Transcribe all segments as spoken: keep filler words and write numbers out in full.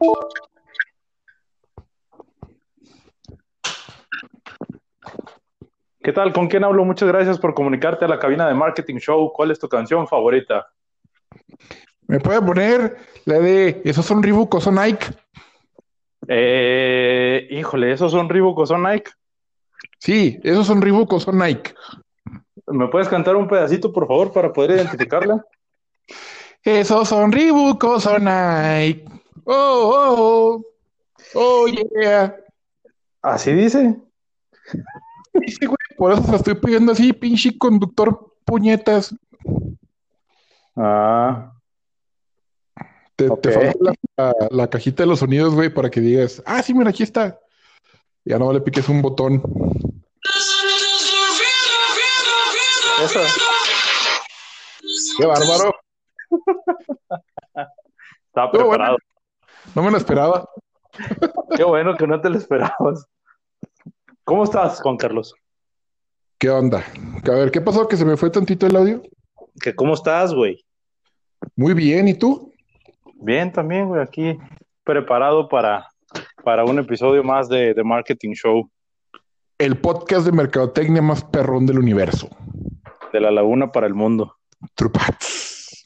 ¿Qué tal? ¿Con quién hablo? Muchas gracias por comunicarte a la cabina de Marketing Show. ¿Cuál es tu canción favorita? ¿Me puede poner la de esos son Reebok o son Nike? Eh, híjole, ¿esos son Reebok o son Nike? Sí, esos son Reebok o son Nike. ¿Me puedes cantar un pedacito, por favor, para poder identificarla? Esos son Reebok o son Nike. Oh, oh, oh, oh, yeah. Así dice. Sí, güey, por eso se la estoy pidiendo así, pinche conductor puñetas. Ah, Te, ok. te falta la, la, la cajita de los sonidos, güey, para que digas, ah, sí, mira, aquí está. Ya no le piques un botón. Esa. Qué bárbaro. Estaba Estuvo buena, preparado. no me lo esperaba. Qué bueno que no te lo esperabas. ¿Cómo estás, Juan Carlos? ¿Qué onda? A ver, ¿qué pasó? ¿Que se me fue tantito el audio? ¿Qué, cómo estás, güey? Muy bien, ¿y tú? Bien, también, güey, aquí preparado para, para un episodio más de, de Marketing Show El podcast de mercadotecnia más perrón del universo. de la Laguna para el Mundo. Trupats.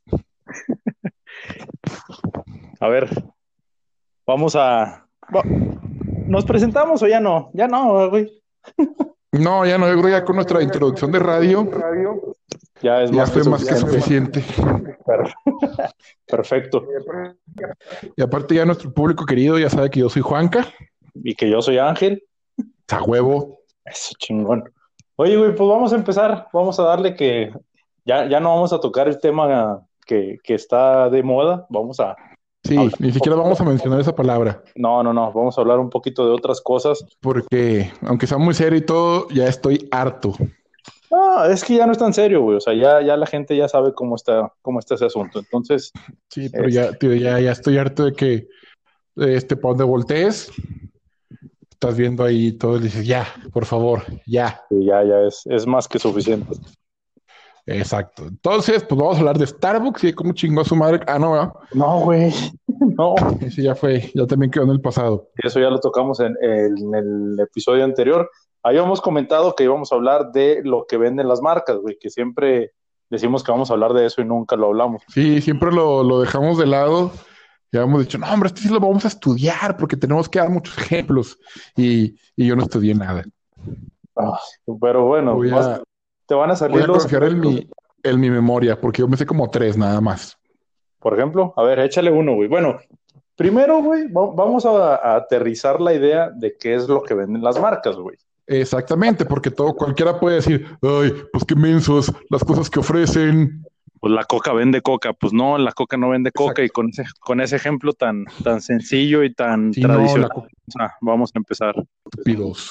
A ver, vamos a... va- ¿Nos presentamos o ya no? Ya no, güey. No, ya no, yo creo que ya con nuestra introducción de radio Ya es ya más que fue más que suficiente. suficiente. Per- Perfecto. Y aparte ya nuestro público querido ya sabe que yo soy Juanca, Y que yo soy Ángel. a huevo. Eso, chingón. Oye, güey, pues vamos a empezar. Vamos a darle que ya, ya no vamos a tocar el tema que, que está de moda. Vamos a Sí, hablar ni un siquiera poquito. vamos a mencionar esa palabra, No, no, no. Vamos a hablar un poquito de otras cosas. porque aunque sea muy serio y todo, ya estoy harto. No, es que ya no es tan serio, güey. O sea, ya, ya la gente ya sabe cómo está, cómo está ese asunto. Entonces, Sí, pero este, ya, tío, ya, ya estoy harto de que este, para donde voltees, estás viendo ahí todo y dices, ya, por favor, ya. ya, ya es, es más que suficiente. Exacto. Entonces, pues vamos a hablar de Starbucks y de cómo chingó a su madre. Ah, no, ¿verdad? No, güey. No. Ese ya fue, ya también quedó en el pasado. Eso ya lo tocamos en, en el episodio anterior. Habíamos comentado que íbamos a hablar de lo que venden las marcas, güey, que siempre decimos que vamos a hablar de eso y nunca lo hablamos. Sí, siempre lo, lo dejamos de lado. Ya hemos dicho, no, hombre, este sí lo vamos a estudiar porque tenemos que dar muchos ejemplos. Y, y yo no estudié nada. Ah, pero bueno, Voy vas- a, te van a voy salir a los... confiar en mi, en mi memoria porque yo me sé como tres nada más. Por ejemplo, a ver, échale uno, güey. Bueno, primero, güey, va- vamos a, a aterrizar la idea de qué es lo que venden las marcas, güey. Exactamente, porque todo cualquiera puede decir, ay, pues qué mensos, las cosas que ofrecen. Pues la coca vende coca, pues no, la coca no vende coca. Exacto. Y con ese, con ese ejemplo tan, tan sencillo y tan Si no, tradicional, la ah, vamos a empezar. pidos.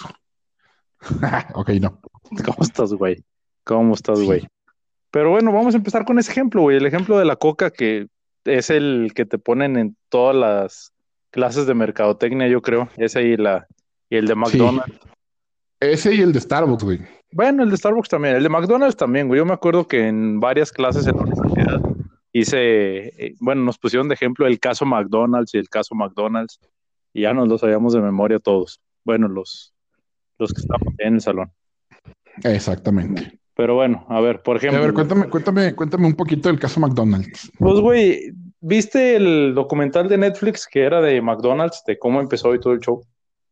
Ok, no. ¿Cómo estás, güey? ¿Cómo estás, güey? Sí. Pero bueno, vamos a empezar con ese ejemplo, güey. El ejemplo de la coca, que es el que te ponen en todas las clases de mercadotecnia, yo creo. Ese y, la, y el de Sí. McDonald's. Ese y el de Starbucks, güey. Bueno, el de Starbucks también. El de McDonald's también, güey. Yo me acuerdo que en varias clases en la universidad hice, eh, bueno, nos pusieron de ejemplo el caso McDonald's y el caso McDonald's. Y ya nos lo sabíamos de memoria todos. Bueno, los, los que estábamos en el salón. Exactamente. Pero bueno, a ver, por A ejemplo. ver, cuéntame, cuéntame, cuéntame un poquito del caso McDonald's. Pues, güey, ¿viste el documental de Netflix que era de McDonald's, de cómo empezó y todo el show?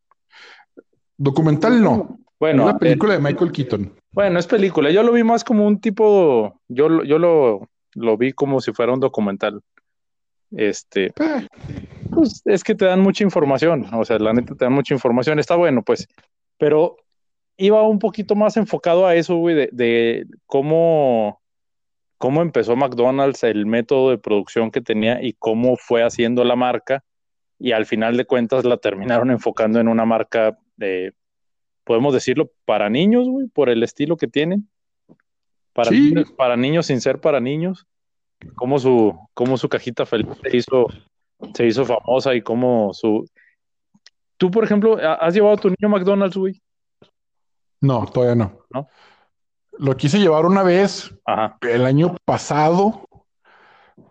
Documental no. Vi Bueno, la a ver, película de Michael Keaton. bueno, es película. Yo lo vi más como un tipo, yo, lo- yo lo, lo vi como si fuera un documental. Este, Eh, pues es que te dan mucha información, o sea, la neta te dan mucha información, está bueno, pues, pero iba un poquito más enfocado a eso, güey, de, de cómo, cómo empezó McDonald's, el método de producción que tenía y cómo fue haciendo la marca. Y al final de cuentas la terminaron enfocando en una marca de, podemos decirlo, para niños, güey, por el estilo que tienen, para, sí, niños, para niños sin ser para niños, cómo su, cómo su cajita feliz se hizo, se hizo famosa y cómo su... Tú, por ejemplo, ¿has llevado a tu niño a McDonald's, güey? no, todavía no. ¿No? Lo quise llevar una vez Ajá. el año pasado,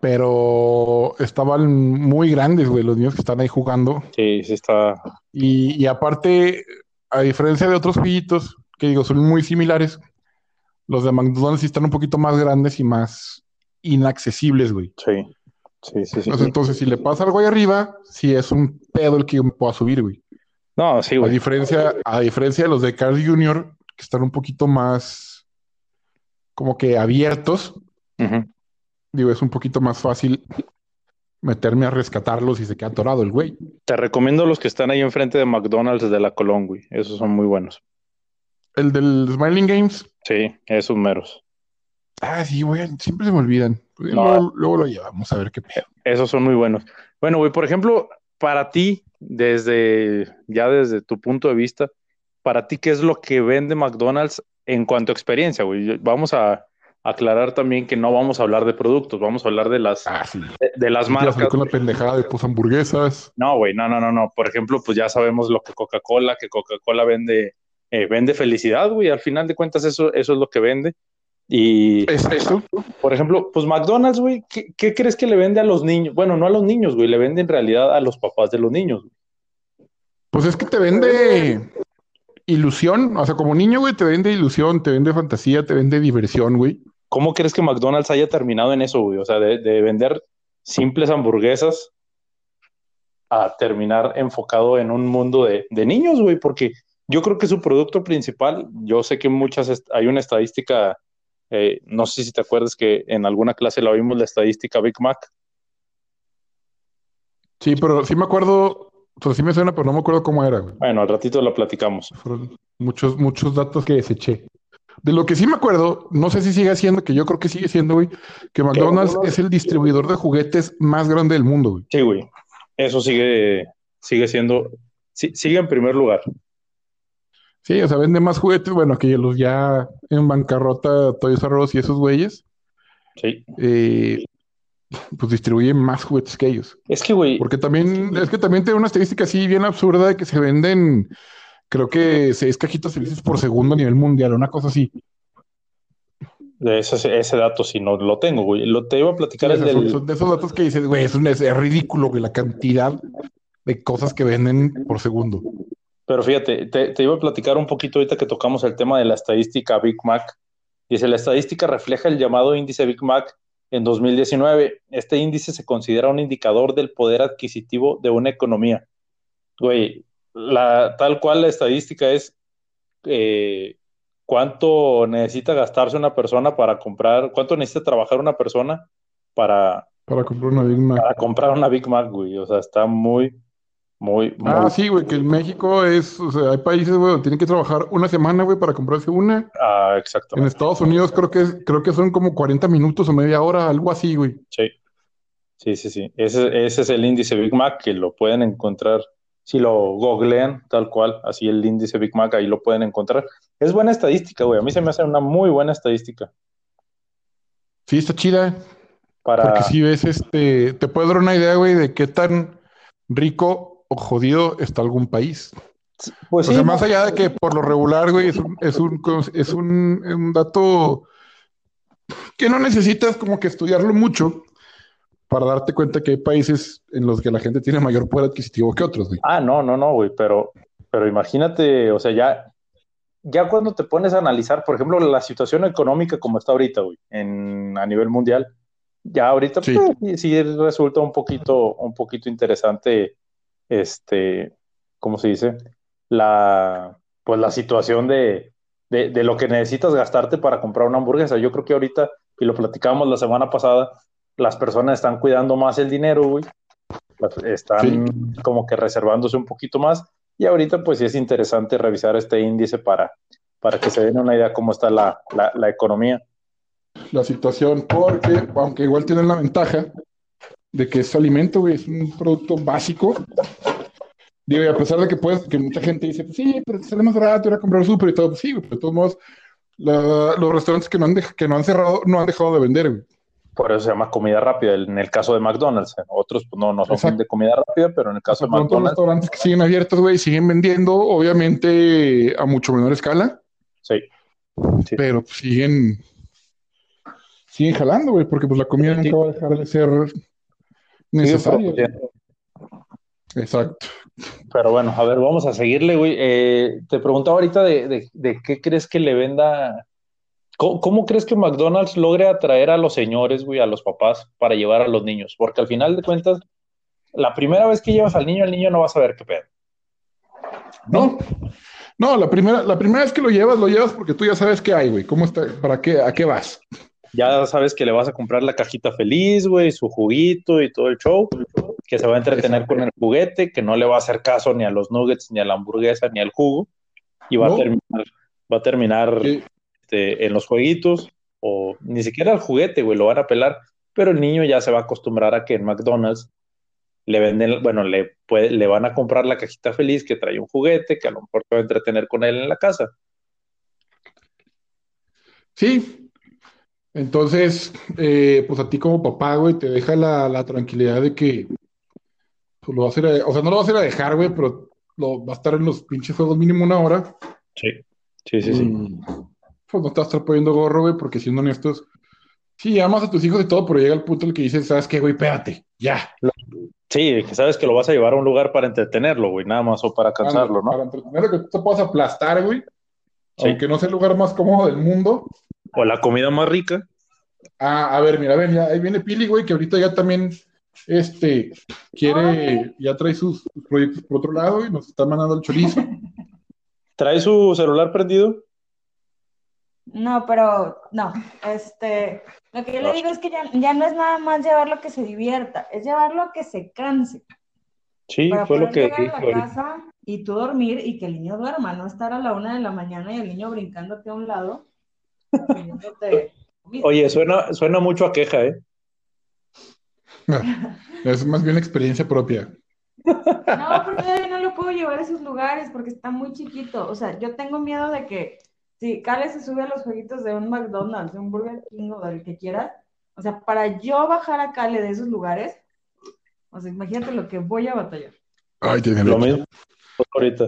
pero estaban muy grandes, güey, los niños que están ahí jugando. Sí, sí está. Y, y aparte, a diferencia de otros jueguitos, que digo, son muy similares, los de McDonald's sí están un poquito más grandes y más inaccesibles, güey. Sí, sí, sí, sí. O sea, entonces, si le pasa algo ahí arriba, sí es un pedo el que yo me pueda subir, güey. No, sí, A güey. diferencia, a diferencia de los de Carl junior, que están un poquito más como que abiertos, Ujú. digo, es un poquito más fácil meterme a rescatarlos y se queda atorado el güey. Te recomiendo los que están ahí enfrente de McDonald's de la Colón, güey. Esos son muy buenos. El del Smiling Games, Sí, esos meros. ah, sí, güey, siempre se me olvidan. Pues, No, luego, luego lo llevamos a ver qué pedo. esos son muy buenos. Bueno, güey, por ejemplo, para ti, desde, ya desde tu punto de vista, para ti, ¿qué es lo que vende McDonald's en cuanto a experiencia, güey? Yo- Vamos a aclarar también que no vamos a hablar de productos, vamos a hablar de las, Ah, sí. de, de las Yo te iba a salir marcas. con la pendejada de pues hamburguesas. No, güey, no, no, no, no. Por ejemplo, pues ya sabemos lo que Coca-Cola, que Coca-Cola vende, eh, vende felicidad, güey. Al final de cuentas, eso, eso es lo que vende. Y, ¿Es eso? por ejemplo, pues McDonald's, güey, ¿qué, qué crees que le vende a los niños? Bueno, no a los niños, güey, le vende en realidad a los papás de los niños, güey. Pues es que te vende ilusión. O sea, como niño, güey, te vende ilusión, te vende fantasía, te vende diversión, güey. ¿Cómo crees que McDonald's haya terminado en eso, güey? O sea, de, de vender simples hamburguesas a terminar enfocado en un mundo de, de niños, güey, porque yo creo que su producto principal, yo sé que muchas, est- hay una estadística, eh, no sé si te acuerdas que en alguna clase la vimos, la estadística Big Mac. Sí, pero sí me acuerdo, o sea, sí me suena, pero no me acuerdo cómo era, güey. Bueno, al ratito la platicamos. Fueron muchos, muchos datos que deseché. De lo que sí me acuerdo, no sé si sigue siendo, que yo creo que sigue siendo, güey, que ¿Qué? McDonald's es el distribuidor de juguetes más grande del mundo, güey. Sí, güey, eso sigue, sigue siendo, sí, sigue en primer lugar. Sí, o sea, vende más juguetes, bueno, que los ya en bancarrota, Toys R Us y esos güeyes, Sí. eh, pues distribuyen más juguetes que ellos. Es que, güey, Porque también, es que también tiene una estadística así bien absurda de que se venden, creo que seis cajitas felices por segundo a nivel mundial, una cosa así. de ese, ese dato sí no lo tengo, güey. Lo te iba a platicar Sí, o el sea, son, del, son de esos datos que dices, güey, es, un- es, es ridículo, güey, la cantidad de cosas que venden por segundo. pero fíjate, te, te iba a platicar un poquito ahorita que tocamos el tema de la estadística Big Mac. Dice, la estadística refleja el llamado índice Big Mac en dos mil diecinueve. Este índice se considera un indicador del poder adquisitivo de una economía. Güey, la, tal cual la estadística es eh, cuánto necesita gastarse una persona para comprar, cuánto necesita trabajar una persona para, Para comprar una Big Mac. para comprar una Big Mac, güey. O sea, está muy, muy, Ah, muy... sí, güey, que en México es, o sea, hay países, güey, donde tienen que trabajar una semana, güey, para comprarse una. Ah, En exactamente. Estados Unidos creo que es, creo que son como cuarenta minutos o media hora, algo así, güey. Sí. Sí, sí, sí. Ese, ese es el índice Big Mac que lo pueden encontrar. Si lo googlean tal cual, así el índice Big Mac, ahí lo pueden encontrar. Es buena estadística, güey. A mí se me hace una muy buena estadística Sí, está chida, porque para... si ves, este, te puede dar una idea, güey, de qué tan rico o jodido está algún país. Pues O sea, sí, más no, allá de que por lo regular, güey, es un, es un, es un, un dato que no necesitas como que estudiarlo mucho para darte cuenta que hay países en los que la gente tiene mayor poder adquisitivo que otros, güey. ah, no, no, no, güey, pero, pero imagínate, o sea, ya, ya cuando te pones a analizar, por ejemplo, la situación económica como está ahorita, güey, en, a nivel mundial, ya ahorita Sí, pues, sí, sí resulta un poquito, un poquito interesante, este, ¿cómo se dice? La, pues la situación de, de, de lo que necesitas gastarte para comprar una hamburguesa. Yo creo que ahorita, y lo platicábamos la semana pasada, las personas están cuidando más el dinero, güey, las- sí. están como que reservándose un poquito más, y ahorita pues sí es interesante revisar este índice para, para que se den una idea cómo está la, la, la economía. La situación, porque aunque igual tienen la ventaja de que es alimento, güey, es un producto básico. Digo, y a pesar de que puedes, que mucha gente dice, pues sí, pero te sale más barato ir a comprar súper y todo, pues sí, güey, pero de todos modos, la- los restaurantes que no han, dej- que no han cerrado no han dejado de vender, güey. Por eso se llama comida rápida, en el caso de McDonald's. Otros pues, no, no son de Exacto. comida rápida, pero en el O caso sea, de son otros McDonald's, restaurantes que siguen abiertos, güey, siguen vendiendo, obviamente a mucho menor escala, sí, sí, pero pues, siguen, siguen jalando, güey, porque pues la comida Sí, nunca va a dejar de ser sigue necesaria, güey. produciendo. Exacto. Pero bueno, a ver, vamos a seguirle, güey. Eh, te preguntaba ahorita de, de, de qué crees que le venda. ¿Cómo, cómo crees que McDonald's logre atraer a los señores, güey, a los papás para llevar a los niños? Porque al final de cuentas, la primera vez que llevas al niño, el niño no va a saber qué pedo, ¿no? No, no, la primera, la primera vez que lo llevas, lo llevas porque tú ya sabes qué hay, güey. ¿Cómo está? ¿Para qué? ¿A qué vas? Ya sabes que le vas a comprar la cajita feliz, güey, su juguito y todo el show, que se va a entretener Exacto. con el juguete, que no le va a hacer caso ni a los nuggets, ni a la hamburguesa, ni al jugo, y va a No, terminar, va a terminar que este, en los jueguitos, o ni siquiera al juguete, güey, lo van a pelar, pero el niño ya se va a acostumbrar a que en McDonald's le venden, bueno, le, puede, le van a comprar la cajita feliz que trae un juguete, que a lo mejor se va a entretener con él en la casa. sí. Entonces, eh, pues a ti como papá, güey, te deja la, la tranquilidad de que pues, lo vas a ir a- o sea, no lo vas a ir a dejar, güey, pero lo, va a estar en los pinches juegos mínimo una hora. Sí, sí, sí, sí. Y pues no te vas a estar poniendo gorro, güey, porque siendo honestos, sí, amas a tus hijos y todo, pero llega el punto en el que dices, ¿sabes qué, güey? Espérate, ya. Sí, que sabes que lo vas a llevar a un lugar para entretenerlo, güey, nada más o para Ándale, cansarlo, ¿no? para entretener que tú te puedas aplastar, güey, Sí. aunque no sea el lugar más cómodo del mundo. O la comida más rica. Ah, a ver, mira, ven, ya, ahí viene Pili, güey, que ahorita ya también, este, Ole. quiere, ya trae sus, sus proyectos por otro lado y nos está mandando el chorizo. ¿Trae su celular prendido? No, pero no, este, lo que yo le digo es que ya, ya no es nada más llevarlo que se divierta, es llevarlo que se canse, Sí, para fue lo poder que llegar dijo a la ahorita. casa y tú dormir y que el niño duerma, no estar a la una de la mañana y el niño brincándote a un lado, pidiéndote comida. Oye, suena, suena mucho a queja, ¿eh? Es más bien experiencia propia. No, porque todavía no lo puedo llevar a esos lugares porque está muy chiquito. O sea, yo tengo miedo de que si Cale se sube a los jueguitos de un McDonald's, de un Burger King o del que quieras, o sea, para yo bajar a Cale de esos lugares, o sea, imagínate lo que voy a batallar. Ay, tiene Lo leche. mismo ahorita.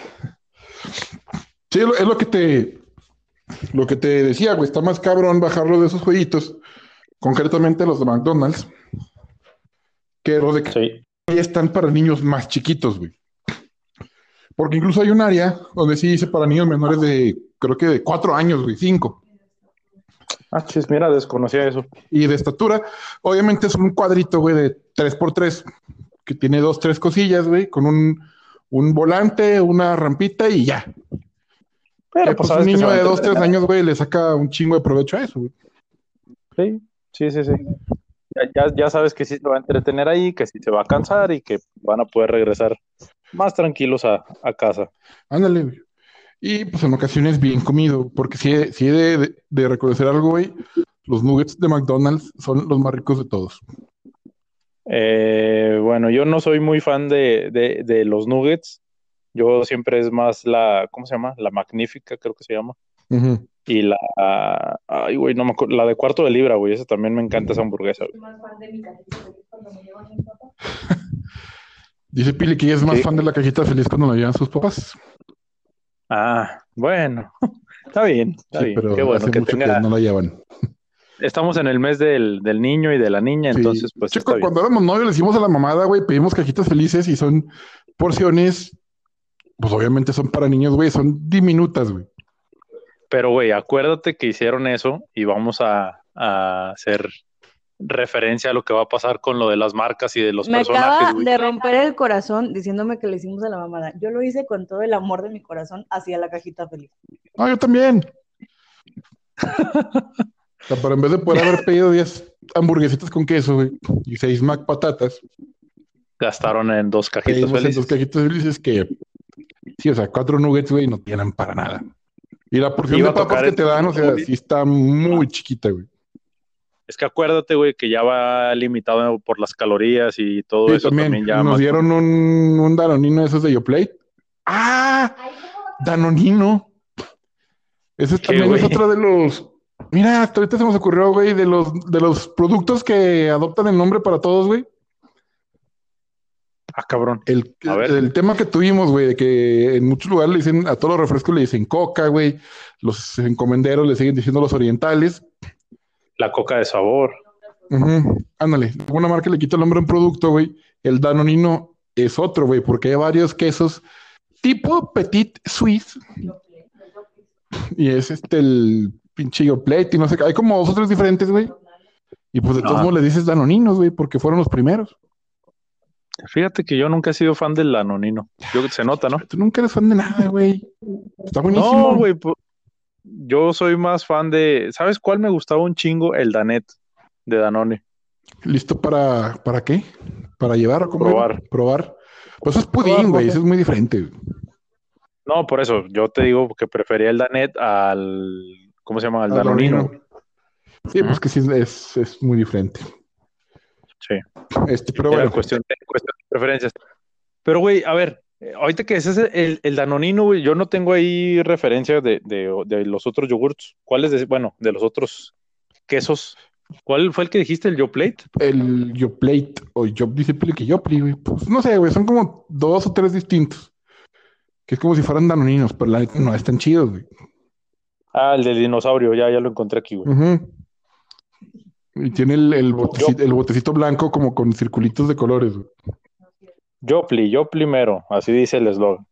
Sí, es lo, es lo que te, lo que te decía, güey, está más cabrón bajarlo de esos jueguitos, concretamente los de McDonald's, que los de que Sí. están para niños más chiquitos, güey. Porque incluso hay un área donde sí dice para niños menores de, creo que de cuatro años, güey, cinco. Ah, chis, mira, desconocía eso. Y de estatura, obviamente es un cuadrito, güey, de tres por tres, que tiene dos, tres cosillas, güey, con un, un volante, una rampita y ya. Pero Que, pues pues un sabes que se niño va a de dos, tres entretener. años, güey, le saca un chingo de provecho a eso, güey. Sí, sí, sí, sí. Ya, ya, ya sabes que sí se va a entretener ahí, que sí se va a cansar y que van a poder regresar más tranquilos a, a casa. Ándale, güey. Y pues en ocasiones bien comido, porque si he, sí he de, de- de reconocer algo, güey, los nuggets de McDonald's son los más ricos de todos. Eh, bueno, yo no soy muy fan de, de, de los nuggets. Yo siempre es más la, ¿cómo se llama? La magnífica, creo que se llama. Ujú. Y la, ay, güey, no me acuerdo, la de cuarto de libra, güey, esa también me encanta esa hamburguesa, güey. Soy más fan de mi cajita feliz cuando me llevan mis papás. Dice Pili que ella es más Sí. fan de la cajita feliz cuando la llevan sus papás. Ah, bueno, está bien, está Sí, bien. pero Qué bueno hace que mucho que tenga. no la llevan. Estamos en el mes del, del niño y de la niña, Sí. entonces, pues Chico, está bien. cuando éramos novios le hicimos a la mamada, güey, pedimos cajitas felices y son porciones, pues obviamente son para niños, güey, son diminutas, güey. Pero, güey, acuérdate que hicieron eso y vamos a, a hacer referencia a lo que va a pasar con lo de las marcas y de los Me personajes, acaba güey. de romper el corazón diciéndome que le hicimos a la mamada. Yo lo hice con todo el amor de mi corazón hacia la cajita feliz. No, yo también. O sea, pero en vez de poder haber pedido diez hamburguesitas con queso, güey, y seis Mac patatas, Gastaron en dos cajitas pedimos en felices. dos cajitas felices que, sí, o sea, cuatro nuggets, güey, no tienen para nada. Y la porción Iba de a papas tocar que el te dan, o sea, güey. sí está muy chiquita, güey. Es que acuérdate, güey, que ya va limitado por las calorías y todo Sí, eso también. también ya Nos más. dieron un, un danonino de esos de Yoplait. ¡Ah! Danonino. Ese ¿Qué, también es güey? otro de los... Mira, hasta ahorita se nos ocurrió, güey, de los, de los productos que adoptan el nombre para todos, güey. Ah, cabrón. El, A ver. el tema que tuvimos, güey, de que en muchos lugares le dicen, a todos los refrescos le dicen coca, güey. Los encomenderos le siguen diciendo los orientales. La coca de sabor. Ujú. Ándale, una marca le quita el nombre a un producto, güey. El Danonino es otro, güey, porque hay varios quesos tipo Petit Suisse y es este el pinche Yoplait y no sé qué. Hay como dos o tres diferentes, güey. Y pues de todos Ajá. modos le dices Danoninos, güey, porque fueron los primeros. Fíjate que yo nunca he sido fan del Danonino. Yo, se nota, ¿no? Tú nunca eres fan de nada, güey. Está buenísimo. No, güey, pu- yo soy más fan de, ¿sabes cuál me gustaba un chingo? El Danet de Danone. ¿Listo para, para qué? ¿Para llevar a comer? Probar. Probar. Pues eso es Probar, pudín, güey. profe. Eso es muy diferente, güey. No, por eso, yo te digo que prefería el Danet al, ¿cómo se llama? Al Al Danonino, Danonino. güey. Sí, pues Ujú. que sí es, es muy diferente. Sí, Este, pero era bueno, cuestión de, cuestión de preferencias. Pero, güey, a ver, eh, ahorita que ese es el, el Danonino, güey, yo no tengo ahí referencia de, de, de los otros yogurts. ¿Cuáles? De, bueno, de los otros quesos. ¿Cuál fue el que dijiste? ¿El Yoplait? el Yoplait o Yop dice que Yopli, güey. Pues no sé, güey. Son como dos o tres distintos. Que es como si fueran danoninos, pero la neta no están chidos, güey. Ah, el del dinosaurio, ya, ya lo encontré aquí, güey. Ujú. Y tiene el, el Yo, botecito, el botecito blanco como con circulitos de colores, güey. Yopli, yo primero, así dice el eslogan.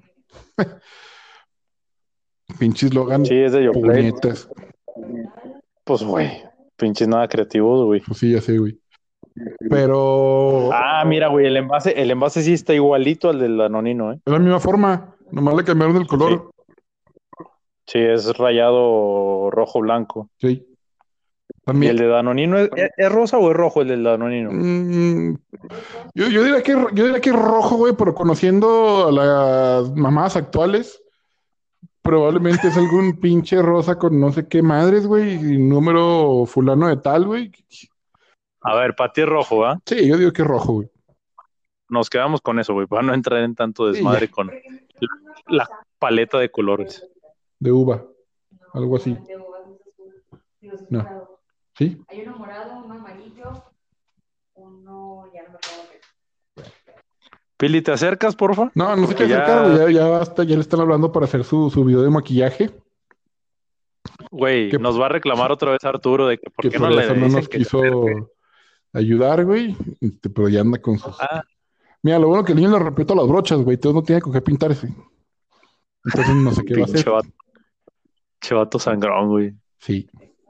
Pinche eslogan, Sí, es de Yoplait. puñetas. Pues, güey, pinches nada creativos, güey. Pues sí, ya sé, güey. Pero Ah, mira, güey, el envase, el envase sí está igualito al del Danonino, ¿eh? es la misma forma. Nomás le cambiaron el Sí, color. sí, es rayado rojo-blanco. Sí. ¿Y el También. de Danonino es, es- es rosa o es rojo el del Danonino? mm, yo, yo diría que, yo diría que es rojo, güey, pero conociendo a las mamás actuales, probablemente es algún pinche rosa con no sé qué madres, güey, y número fulano de tal, güey. A ver, para ti es rojo, ¿ah? Sí, yo digo que es rojo, güey. Nos quedamos con eso, güey, para no entrar en tanto Sí, ya, desmadre con la, la paleta de colores. de uva, algo así. No, ¿sí? Hay uno morado, uno amarillo, uno, ya no me acuerdo qué. Pili, ¿te acercas, porfa? No, no sé qué Porque acercar, güey. ya, Ya, ya basta, ya le están hablando para hacer su, su video de maquillaje. güey, Que, nos va a reclamar otra vez Arturo de que por que qué no por le eso no dicen nos que se acerque. quiso ayudar, güey. Este, pero ya anda con sus. Ah, Mira, lo bueno que el niño le rompió todas las brochas, güey. Entonces no tiene con qué pintarse. Entonces no sé qué va a hacer. pinche vato, pinche vato sangrón, güey. Sí.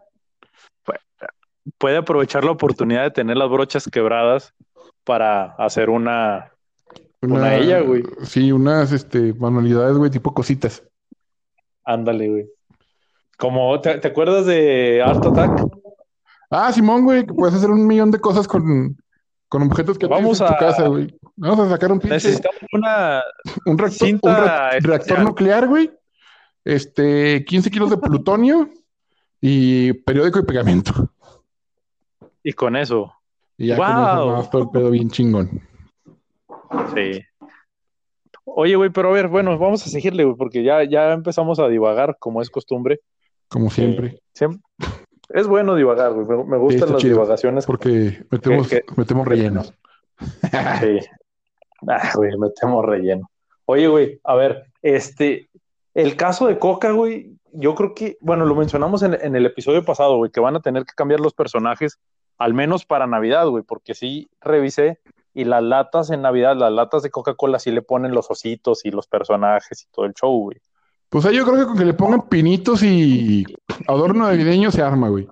Puede aprovechar la oportunidad de tener las brochas quebradas para hacer una, una Una, ella, güey. sí, unas este, manualidades, güey, tipo cositas. Ándale, güey. Como, ¿te, te acuerdas de Art Attack? Ah, Simón, güey, que puedes hacer un millón de cosas con, con objetos que tienes Vamos en tu a, casa, güey. Vamos a sacar un pinche, necesitamos una un reactor, un cinta re- reactor especial. nuclear, güey. Este, quince kilos de plutonio y periódico y pegamento. Y con eso. Y ya con eso armabas ¡Wow! todo el pedo bien chingón. Sí. Oye, güey, pero a ver, bueno, vamos a seguirle, güey, porque ya, ya empezamos a divagar, como es costumbre. Como Eh, siempre. siempre- es bueno divagar, güey. Me, me Sí, gustan está las chido. divagaciones. Porque metemos, que- metemos relleno. Sí. Ah, güey, metemos relleno. Oye, güey, a ver, este, el caso de Coca, güey, yo creo que, bueno, lo mencionamos en, en el episodio pasado, güey, que van a tener que cambiar los personajes, al menos para Navidad, güey, porque sí revisé y las latas en Navidad, las latas de Coca-Cola sí le ponen los ositos y los personajes y todo el show, güey. Pues ahí yo creo que con que le pongan pinitos y adorno navideño se arma, güey.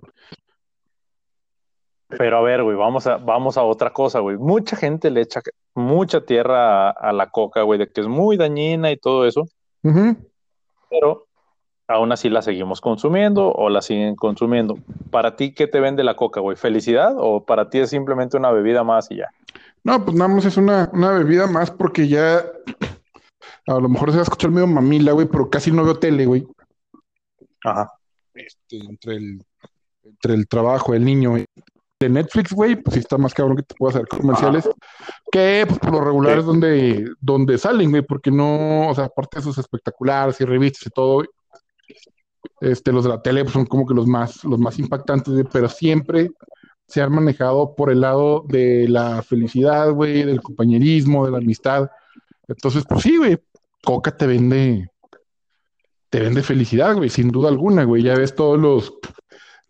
Pero a ver, güey, vamos a, vamos a otra cosa, güey. Mucha gente le echa mucha tierra a, a la Coca, güey, de que es muy dañina y todo eso, Ujú. pero aún así la seguimos consumiendo o la siguen consumiendo. ¿Para ti qué te vende la Coca, güey? ¿Felicidad o para ti es simplemente una bebida más y ya? No, pues nada más es una, una bebida más porque ya a lo mejor se va a escuchar medio mamila, güey, pero casi no veo tele, güey. Ajá. Este, entre el, entre el trabajo, el niño, güey. De Netflix, güey, pues sí está más cabrón que te pueda hacer comerciales. Que pues por lo regular Sí. es donde, donde salen, güey, porque no, o sea, aparte de sus espectaculares y revistas y todo, güey, este, los de la tele pues, son como que los más, los más impactantes, güey, pero siempre se han manejado por el lado de la felicidad, güey, del compañerismo, de la amistad. Entonces, pues sí, güey, Coca te vende, te vende felicidad, güey, sin duda alguna, güey. Ya ves todos los,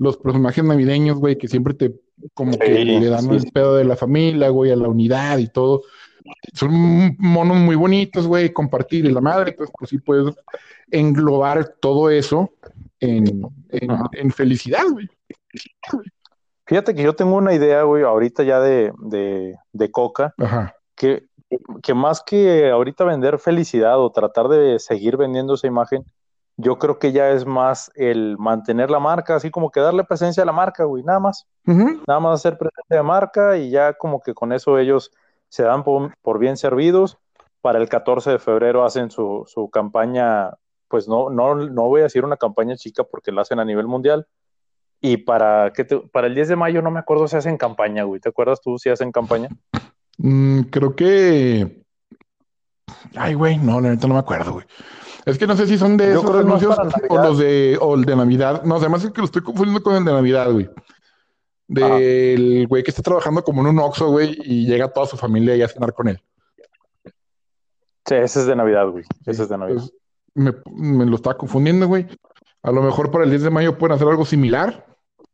los personajes navideños, güey, que siempre te, como que Sí, le dan sí, el sí. pedo de la familia, güey, a la unidad y todo. Son monos muy bonitos, güey, compartir y la madre, pues, pues sí puedes englobar todo eso en, en, Ajá. en felicidad, güey. Fíjate que yo tengo una idea, güey, ahorita ya de, de, de Coca, Ajá. que, que más que ahorita vender felicidad o tratar de seguir vendiendo esa imagen, yo creo que ya es más el mantener la marca, así como que darle presencia a la marca, güey, nada más. Ujú. Nada más hacer presencia de marca y ya como que con eso ellos se dan por, por bien servidos. Para el catorce de febrero hacen su, su campaña, pues no, no, no voy a decir una campaña chica porque la hacen a nivel mundial. Y para, ¿qué te- para el diez de mayo no me acuerdo si hacen campaña, güey. ¿Te acuerdas tú si hacen campaña? Mm, creo que. Ay, güey, no, la neta no me acuerdo, güey. Es que no sé si son de Yo esos creo es más anuncios para o Navidad. los de, o el de Navidad. No, además es que lo estoy confundiendo con el de Navidad, güey. Ajá. Del güey que está trabajando como en un Oxxo, güey, y llega toda su familia ahí a cenar con él. Sí, ese es de Navidad, güey. Ese Sí, es de Navidad. entonces me, me lo estaba confundiendo, güey. A lo mejor para el diez de mayo pueden hacer algo similar.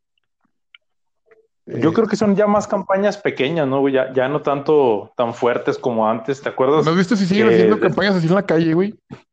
Yo Eh, creo que son ya más campañas pequeñas, ¿no, güey? Ya, ya no tanto tan fuertes como antes. ¿Te ¿No acuerdas has visto si siguen que haciendo campañas así en la calle, güey?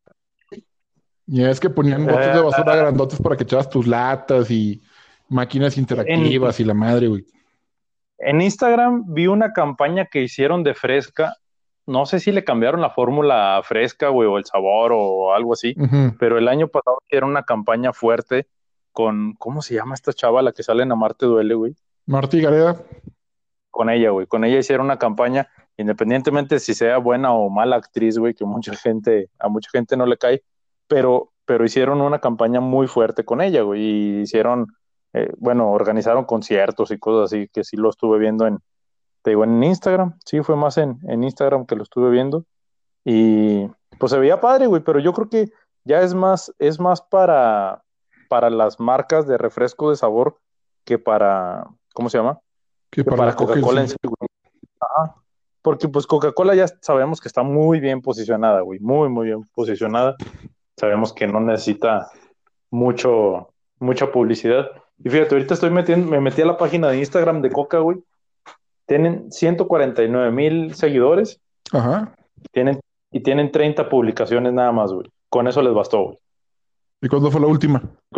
Ya es que ponían botes eh, de basura grandotes para que echabas tus latas y máquinas en, interactivas y la madre, güey. En Instagram vi una campaña que hicieron de Fresca. No sé si le cambiaron la fórmula a Fresca, güey, o el sabor o algo así. Ujú. Pero el año pasado hicieron una campaña fuerte con, ¿cómo se llama esta chava la que sale en Amarte Duele, güey? Martí Gareda. Con ella, güey. Con ella hicieron una campaña, independientemente si sea buena o mala actriz, güey, que mucha gente, a mucha gente no le cae, pero, pero hicieron una campaña muy fuerte con ella, güey. Y hicieron, eh, bueno, organizaron conciertos y cosas así, que sí lo estuve viendo en, te digo, en Instagram, sí, fue más en, en Instagram que lo estuve viendo. Y pues se veía padre, güey, pero yo creo que ya es más, es más para, para las marcas de refresco de sabor que para, ¿cómo se llama? Que Que para la para coca en Coca-Cola sí. en sí, güey. Ajá. Porque pues Coca-Cola ya sabemos que está muy bien posicionada, güey, muy, muy bien posicionada. Sabemos que no necesita mucho, mucha publicidad. Y fíjate, ahorita estoy metiendo, me metí a la página de Instagram de Coca, güey. Tienen ciento cuarenta y nueve mil seguidores. Ajá. Tienen, y tienen treinta publicaciones nada más, güey. Con eso les bastó, güey. ¿Y cuándo fue la última?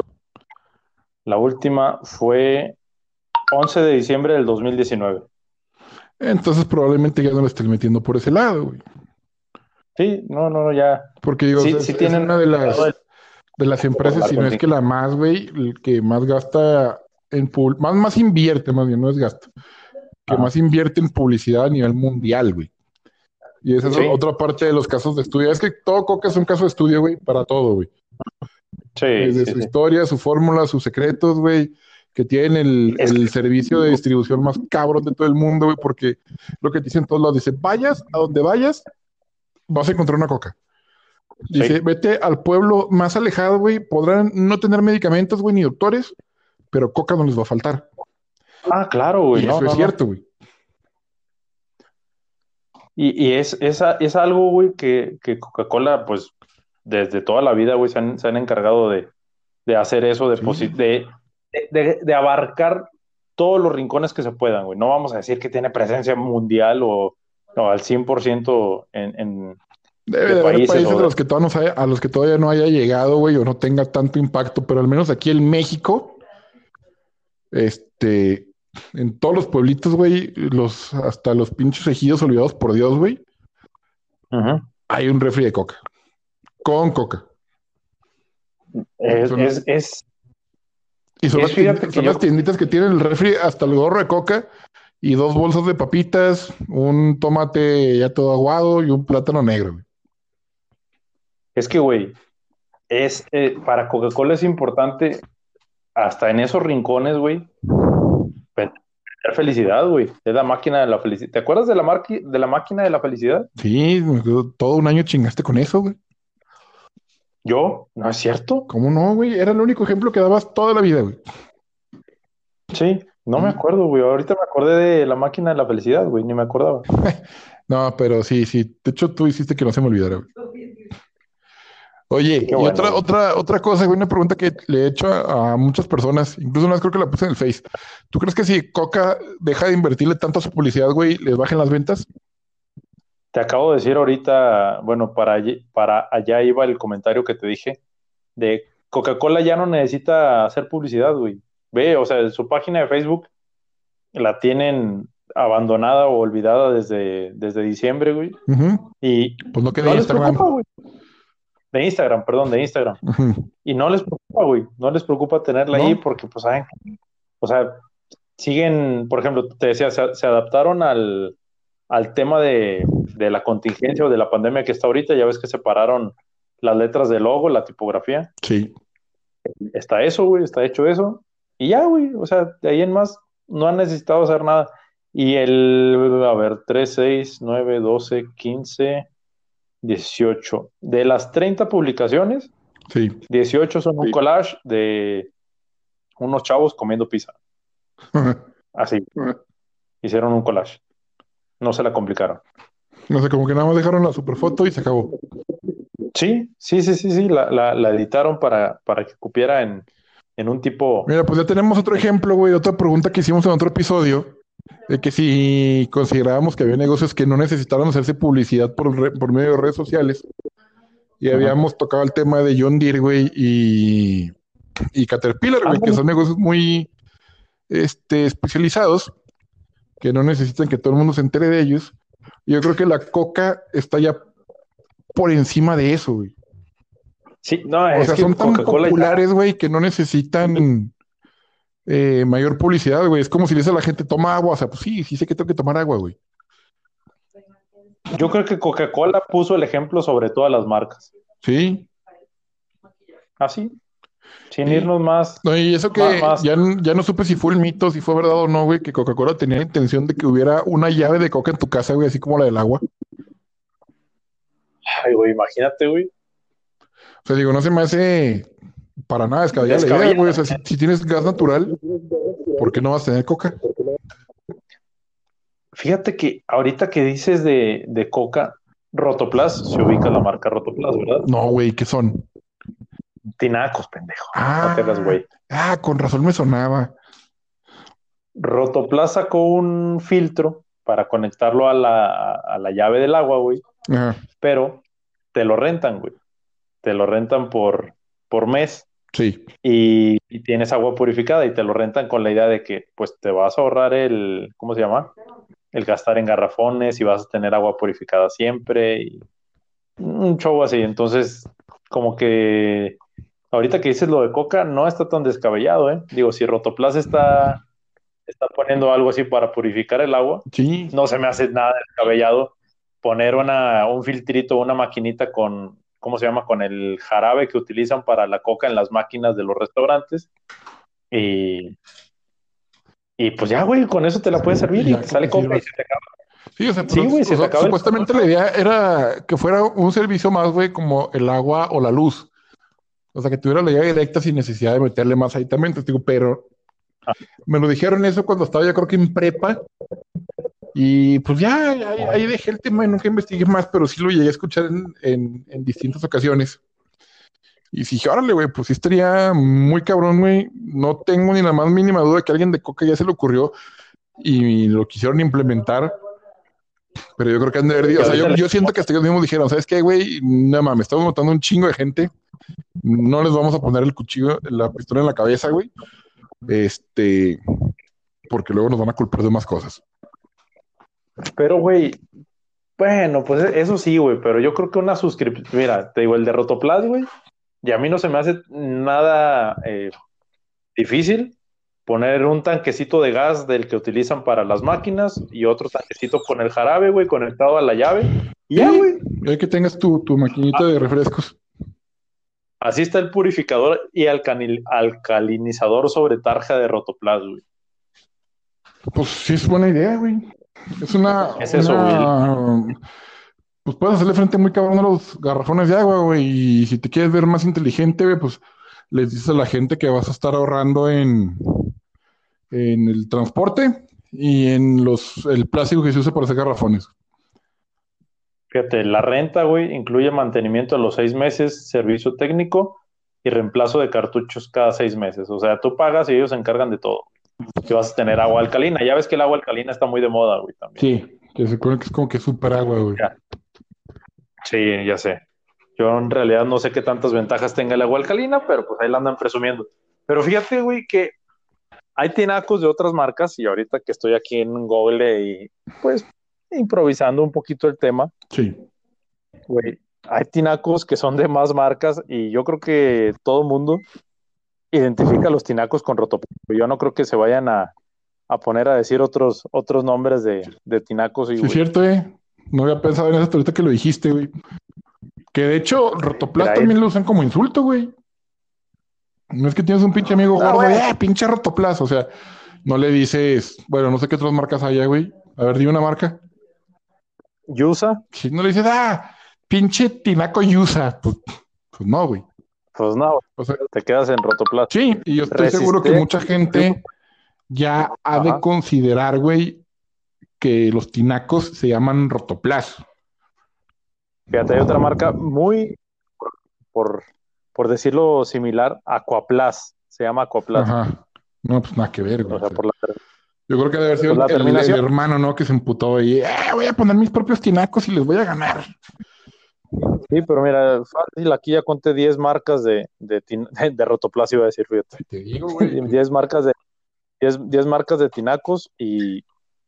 La última fue once de diciembre del dos mil diecinueve. Entonces probablemente ya no le estén metiendo por ese lado, güey. Sí, no, no, no, ya. Porque digo, o sea, Sí, es, sí es tienen una de las, de las por empresas, si no es marketing. que la más, güey, el que más gasta en pub- más, más invierte, más bien, no es gasto, que Ajá. más invierte en publicidad a nivel mundial, güey. Y esa es Sí, otra parte de los casos de estudio. Es que todo Coca es un caso de estudio, güey, para todo, güey. sí, Desde sí, su sí. historia, su fórmula, sus secretos, güey, que tienen el, Es el que, servicio de distribución más cabrón de todo el mundo, güey, porque lo que te dicen todos lados, dice, vayas a donde vayas, vas a encontrar una Coca. Dice, sí. vete al pueblo más alejado, güey, podrán no tener medicamentos, güey, ni doctores, pero Coca no les va a faltar. Ah, claro, güey. Y No, eso es no, no. cierto, güey. Y, y es, es, a- es algo, güey, que, que Coca-Cola, pues, desde toda la vida, güey, se han, se han encargado de, de hacer eso, de, Sí. posi- de, de, de abarcar todos los rincones que se puedan, güey. No vamos a decir que tiene presencia mundial o, o al cien por ciento en, en, Debe de de haber países países o a de... los que todavía no, sabe- a los que todavía no haya llegado, güey, o no tenga tanto impacto, pero al menos aquí en México, este, en todos los pueblitos, güey, los, hasta los pinches ejidos olvidados por Dios, güey, Ujú. hay un refri de coca, con coca. Es, Son, es, es, y son es, las, fíjate tienditas, que son yo, las tienditas que tienen el refri hasta el gorro de coca y dos bolsas de papitas, un tomate ya todo aguado y un plátano negro, güey. es que, güey, es, eh, para Coca-Cola es importante, hasta en esos rincones, güey, vender felicidad, güey. Es la máquina de la felicidad. ¿Te acuerdas de la, marqui- de la máquina de la felicidad? Sí, me quedo- todo un año chingaste con eso, güey. Yo, ¿no es cierto? ¿Cómo no, güey? Era el único ejemplo que dabas toda la vida, güey. Sí, no me Sí. acuerdo, güey. Ahorita me acordé de la máquina de la felicidad, güey, ni me acordaba. No, pero sí, sí. De hecho, tú hiciste que no se me olvidara, güey. Oye, Qué y bueno, otra, güey. otra, otra cosa, güey, una pregunta que le he hecho a, a muchas personas, incluso una vez creo que la puse en el Face. ¿Tú crees que si Coca deja de invertirle tanto a su publicidad, güey, les bajen las ventas? Te acabo de decir ahorita, bueno, para allí- para allá iba el comentario que te dije de Coca-Cola ya no necesita hacer publicidad, güey. Ve, o sea, su página de Facebook la tienen abandonada o olvidada desde, desde diciembre, güey. Ujú. Y Pues no quede no les Instagram. preocupa, güey. De Instagram, perdón, de Instagram. Ujú. Y no les preocupa, güey. No les preocupa tenerla ahí ¿No? porque, pues, saben, o sea, siguen, por ejemplo, te decía, se, se adaptaron al, al tema de, de la contingencia o de la pandemia que está ahorita. Ya ves que separaron las letras del logo, la tipografía. Sí. Está eso, güey, está hecho eso. Y ya, güey, o sea, de ahí en más no han necesitado hacer nada. Y el, a ver, tres seis nueve doce quince dieciocho. De las treinta publicaciones, Sí. dieciocho son un collage de unos chavos comiendo pizza. Así, hicieron un collage. No se la complicaron. No sé, como que nada más dejaron la superfoto y se acabó. Sí, sí, sí, sí, sí, la, la, la editaron para, para que cupiera en, en un tipo. Mira, pues ya tenemos otro ejemplo, güey, otra pregunta que hicimos en otro episodio, de que si considerábamos que había negocios que no necesitaban hacerse publicidad por, re- por medio de redes sociales, y Ajá. habíamos tocado el tema de John Deere, güey, y, y Caterpillar, güey, que Ándale. son negocios muy este, especializados, que no necesitan que todo el mundo se entere de ellos. Yo creo que la Coca está ya por encima de eso, güey. Sí, no, O es sea, que son tan Coca-Cola ya. populares, güey, que no necesitan eh, mayor publicidad, güey. Es como si le dice a la gente, toma agua. O sea, pues sí, sí sé que tengo que tomar agua, güey. Yo creo que Coca-Cola puso el ejemplo sobre todas las marcas. Sí, Así, sin sí. irnos más, No, y eso más, que más. ya, n- ya no supe si fue el mito, si fue verdad o no, güey, que Coca-Cola tenía la intención de que hubiera una llave de coca en tu casa, güey, así como la del agua. Ay, güey, imagínate, güey. O sea, digo, no se me hace para nada descabellada la idea, güey. O Descabellado. sea, si, si tienes gas natural, ¿por qué no vas a tener coca? Fíjate que ahorita que dices de, de Coca, Rotoplas, se ubica la marca Rotoplas, ¿verdad? No, güey, ¿qué son? Tinacos, pendejo. No te hagas, Ah, güey. ah, con razón me sonaba. Rotoplas sacó un filtro para conectarlo a la, a la llave del agua, güey, Ajá, pero te lo rentan, güey. Te lo rentan por, por mes sí. y, y tienes agua purificada y te lo rentan con la idea de que pues te vas a ahorrar el, ¿cómo se llama? El gastar en garrafones y vas a tener agua purificada siempre y un show así. Entonces, como que ahorita que dices lo de Coca, no está tan descabellado, ¿eh? Digo, si Rotoplas está, está poniendo algo así para purificar el agua, Sí, no se me hace nada descabellado poner una, un filtrito, una maquinita con, ¿cómo se llama? Con el jarabe que utilizan para la Coca en las máquinas de los restaurantes y, y pues ya, güey, con eso te la puedes servir y y ya te con sale que Coca y sirvas. se te acaba. Sí, o sea, Sí, pero güey, se o te sea, acaba el... supuestamente la idea era que fuera un servicio más, güey, como el agua o la luz. O sea, que tuviera la llave directa sin necesidad de meterle más aditamentos, digo, pero me lo dijeron eso cuando estaba yo creo que en prepa y pues ya, ya- ya- ahí dejé el tema y nunca investigué más, pero sí lo llegué a escuchar en, en- en distintas ocasiones. Y dije, órale, güey, pues sí estaría muy cabrón, güey. No tengo ni la más mínima duda que a alguien de Coca ya se le ocurrió y lo quisieron implementar. Pero yo creo que han de haber, di- Y o sea, yo, ahorita le... yo siento que hasta ellos mismos dijeron, ¿sabes qué, güey? No mames, estamos matando un chingo de gente. No les vamos a poner el cuchillo, la pistola en la cabeza, güey. Este, porque luego nos van a culpar de más cosas. Pero, güey, bueno, pues eso sí, güey, pero yo creo que una suscripción, mira, te digo, el de Rotoplas, güey, y a mí no se me hace nada eh, difícil poner un tanquecito de gas del que utilizan para las máquinas y otro tanquecito con el jarabe, güey, conectado a la llave. Y ya, Sí, güey. hay que tengas tu, tu maquinita de refrescos. Así está el purificador y alcanil- alcalinizador sobre tarja de Rotoplas, güey. Pues sí es buena idea, güey. Es una, Es eso, güey. una, pues puedes hacerle frente muy cabrón a los garrafones de agua, güey. Y si te quieres ver más inteligente, güey, pues les dices a la gente que vas a estar ahorrando en, en el transporte y en los, el plástico que se usa para hacer garrafones. Fíjate, la renta, güey, incluye mantenimiento a los seis meses, servicio técnico y reemplazo de cartuchos cada seis meses. O sea, tú pagas y ellos se encargan de todo. Que vas a tener agua alcalina. Ya ves que el agua alcalina está muy de moda, güey, también. Sí, que se supone que es como que súper agua, güey. Ya. Sí, ya sé. Yo en realidad no sé qué tantas ventajas tenga el agua alcalina, pero pues ahí la andan presumiendo. Pero fíjate, güey, que hay tinacos de otras marcas y ahorita que estoy aquí en Google y pues improvisando un poquito el tema, Sí. güey, hay tinacos que son de más marcas y yo creo que todo mundo identifica los tinacos con Rotoplas. Yo no creo que se vayan a, a poner a decir otros, otros nombres de, de tinacos. Y, Sí, es güey, cierto, eh. No había pensado en eso hasta ahorita que lo dijiste, güey. Que de hecho, Rotoplas Mira, también él- lo usan como insulto, güey. No es que tienes un pinche amigo Ah, gordo de, bueno. ah, pinche Rotoplas. O sea, no le dices, bueno, no sé qué otras marcas haya, güey. A ver, dime una marca. Yusa, Si no le dices, ah, pinche tinaco Yusa, pues, pues no, güey. pues no, O sea, te quedas en Rotoplas. sí, y yo estoy seguro que Resiste, mucha gente ya ha de ajá. considerar, güey, que los tinacos se llaman Rotoplas. Fíjate, hay otra marca muy, por, por decirlo similar, Aquaplas. Se llama Aquaplas. Ajá. No, pues nada que ver, güey. O O sea, sea, por la, yo creo que debe haber sido por la el, el terminación. hermano, ¿no? Que se emputó y, eh, voy a poner mis propios tinacos y les voy a ganar. Sí, pero mira, fácil, aquí ya conté diez marcas de, de, tin- de Rotoplas, iba a decir, fíjate. Te digo, güey. diez marcas de diez diez marcas de tinacos y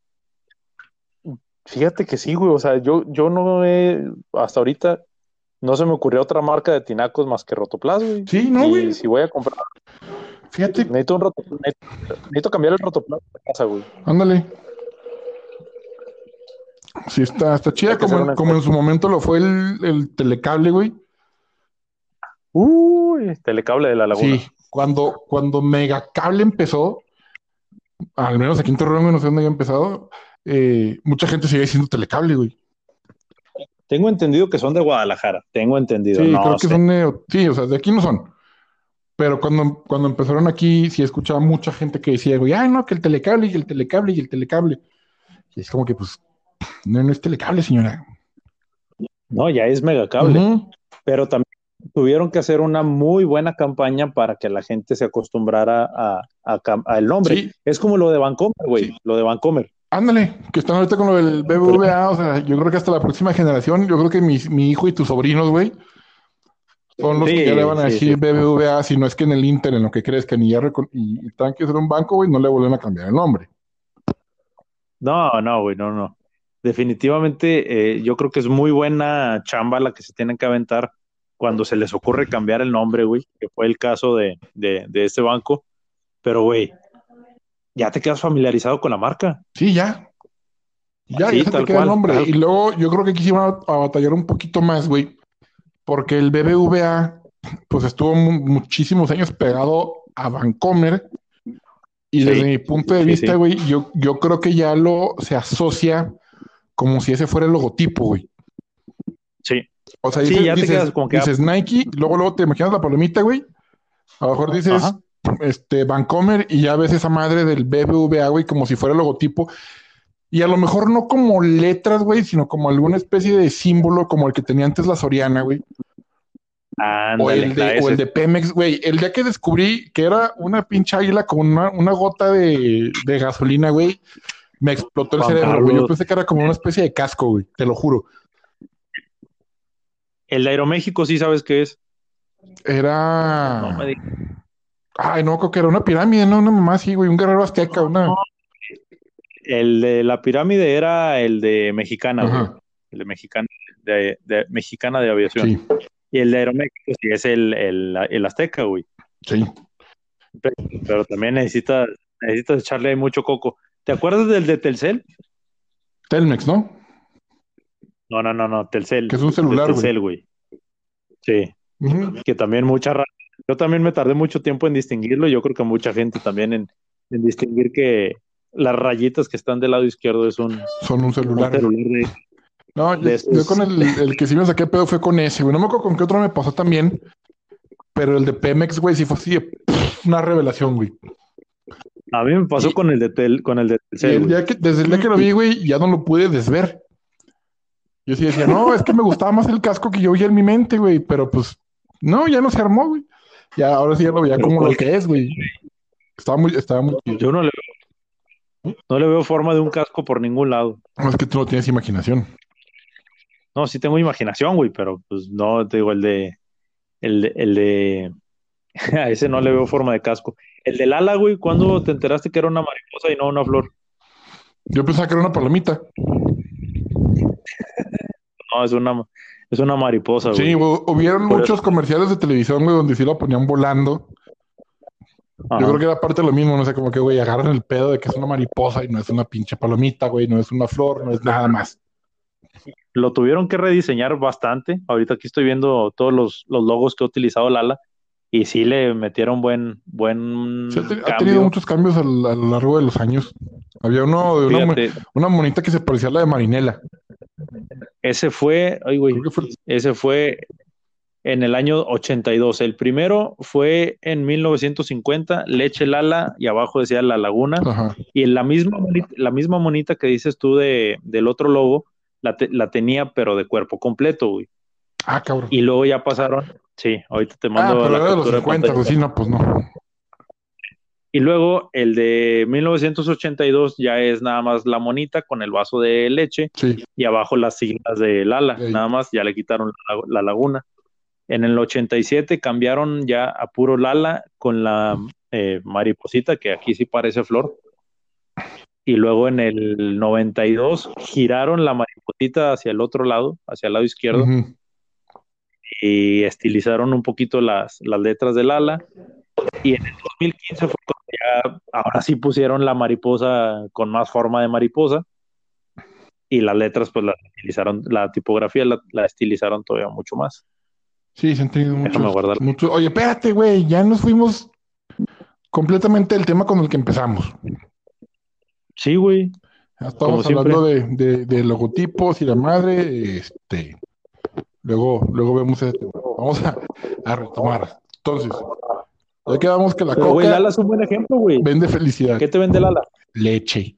fíjate que sí, güey, o sea, yo, yo no he, hasta ahorita no se me ocurrió otra marca de tinacos más que Rotoplas, güey. Sí, no, Y güey. si voy a comprar, Fíjate, necesito un Rotoplas, necesito, necesito cambiar el Rotoplas de casa, güey. ándale. Sí, está, está chida Hay que hacer como, una como en encuesta. su momento lo fue el, el telecable, güey. Uy, telecable de la laguna. Sí, cuando, cuando Megacable empezó, al menos aquí en Torreón, güey, no sé dónde había empezado, eh, mucha gente seguía diciendo telecable, güey. Tengo entendido que son de Guadalajara, tengo entendido, Sí, no creo que sé. son de, sí, o sea, de aquí no son. Pero cuando, cuando empezaron aquí, sí escuchaba mucha gente que decía, güey, ay, no, que el telecable y el telecable y el telecable. Y es como que, pues, no, no es telecable, señora. No, ya es megacable, Ujú. pero también tuvieron que hacer una muy buena campaña para que la gente se acostumbrara a, a cam- al nombre. Sí, Es como lo de Vancomer, güey, sí. lo de Vancomer. Ándale, que están ahorita con lo del B B V A, o sea, yo creo que hasta la próxima generación, yo creo que mi, mi hijo y tus sobrinos, güey, son los que ya le Sí, van a sí, sí. decir B B V A, si no es que en el Inter, en lo que crees que ni ya recon- y, y tengan que ser un banco, güey, no le vuelven a cambiar el nombre. No, no, güey, no, no. Definitivamente, eh, yo creo que es muy buena chamba la que se tienen que aventar cuando se les ocurre cambiar el nombre, güey, que fue el caso de, de, de este banco. Pero, güey, ya te quedas familiarizado con la marca. Sí, ya, ya, ya Sí, se te tal queda el cual. nombre. Tal- Y luego yo creo que aquí sí van a, a batallar un poquito más, güey, porque el B B V A, pues estuvo mu- muchísimos años pegado a Vancomer. Y desde Sí, mi punto de sí, vista, sí. güey, yo, yo creo que ya lo se asocia como si ese fuera el logotipo, güey. Sí, O sea, sí, dices, ya te dices, quedas como que, ah, dices Nike, luego, luego te imaginas la palomita, güey. A lo mejor dices ajá, este, Vancomer y ya ves esa madre del B B V A, güey, como si fuera el logotipo. Y a lo mejor no como letras, güey, sino como alguna especie de símbolo como el que tenía antes la Soriana, güey. O ándale, el la de, o el S. de Pemex, güey. El día que descubrí que era una pinche águila con una, una gota de, de gasolina, güey, me explotó el Juan cerebro, güey. Yo Carlos. pensé que era como una especie de casco, güey. Te lo juro. El de Aeroméxico, sí sabes qué es. No me Era. digas. Ay, no, creo que era una pirámide, ¿no? Una mamá así, güey. Un guerrero azteca, una. El de la pirámide era el de Mexicana, güey. Ajá. El de Mexicana de, de- Mexicana de Aviación. Sí, Y el de Aeroméxico sí es el, el, el Azteca, güey. sí. Pero, pero también necesitas, necesitas echarle ahí mucho coco. ¿Te acuerdas del de Telcel? Telmex, ¿no? No, no, no, no, Telcel. Que es un De celular, güey. Telcel, güey. Sí, Ujú. que también mucha ra- Yo también me tardé mucho tiempo en distinguirlo. Yo creo que mucha gente también en, en distinguir que las rayitas que están del lado izquierdo es un, Son un un celular. celular de, No, yo, de yo esos. con el, el que sí me saqué pedo fue con ese, güey. No me acuerdo con qué otro me pasó también. Pero el de Pemex, güey, sí fue así de pff, una revelación, güey. A mí me pasó Y, con el de, tel, con el de y Telcel, el güey. día que, desde el día que lo vi, güey, ya no lo pude desver. Yo sí decía, no, es que me gustaba más el casco que yo veía en mi mente, güey, pero pues, no, ya no se armó, güey. Ya, ahora sí ya lo veía Pero como lo ¿cuál? que es, güey. Estaba muy, estaba muy chido. Yo no le, no le veo forma de un casco por ningún lado. No, es que tú no tienes imaginación. No, sí tengo imaginación, güey, pero pues no, te digo, el de, el de, el de, a ese no le veo forma de casco. El del ala, güey, ¿cuándo te enteraste que era una mariposa y no una flor? Yo pensaba que era una palomita. No, es una, es una mariposa, Sí, güey. hu- hubieron Por eso, muchos comerciales de televisión, güey, donde sí la ponían volando. Yo creo ajá. que era parte de lo mismo, no sé, como que, güey, agarran el pedo de que es una mariposa y no es una pinche palomita, güey, no es una flor, no es nada más. Lo tuvieron que rediseñar bastante. Ahorita aquí estoy viendo todos los, los logos que ha utilizado Lala y sí le metieron buen, Sí, ha, buen te- ha tenido cambio. muchos cambios a, lo a lo largo de los años. Había uno de una, mo- Fíjate, una monita que se parecía a la de Marinela. ese fue, ay, Creo güey, que fue. ese fue en el año ochenta y dos. El primero fue en mil novecientos cincuenta, Leche Lala, y abajo decía La Laguna. Ajá. Y en la misma monita, la misma monita que dices tú de, del otro logo, la, te- la tenía, pero de cuerpo completo, güey. Ah, cabrón. Y luego ya pasaron, sí, ahorita te Ah, mando pero la era de los captura de cincuenta, pantalla. pues sí, no, pues no. Y luego el de mil novecientos ochenta y dos ya es nada más la monita con el vaso de leche Sí. y abajo las siglas de Lala, Ey. nada más, ya le quitaron la, la laguna. En el ochenta y siete cambiaron ya a puro Lala con la eh, mariposita, que aquí sí parece flor. Y luego en el noventa y dos giraron la mariposita hacia el otro lado, hacia el lado izquierdo, Ujú. y estilizaron un poquito las, las letras del Lala. Y en el dos mil quince fue cuando ya, ahora sí pusieron la mariposa con más forma de mariposa. Y las letras, pues las estilizaron, la tipografía la, la estilizaron todavía mucho más. Sí, se han tenido Déjame muchos, guardar. muchos. Oye, espérate, güey, ya nos fuimos completamente del tema con el que empezamos. Sí, güey, Ya como estábamos siempre. hablando de, de, de logotipos y la madre, este, luego, luego vemos ese tema. Vamos a, a retomar. Entonces, ya quedamos que la Pero, güey, coca Lala es un buen ejemplo, güey. vende felicidad, ¿Qué te vende Lala? leche.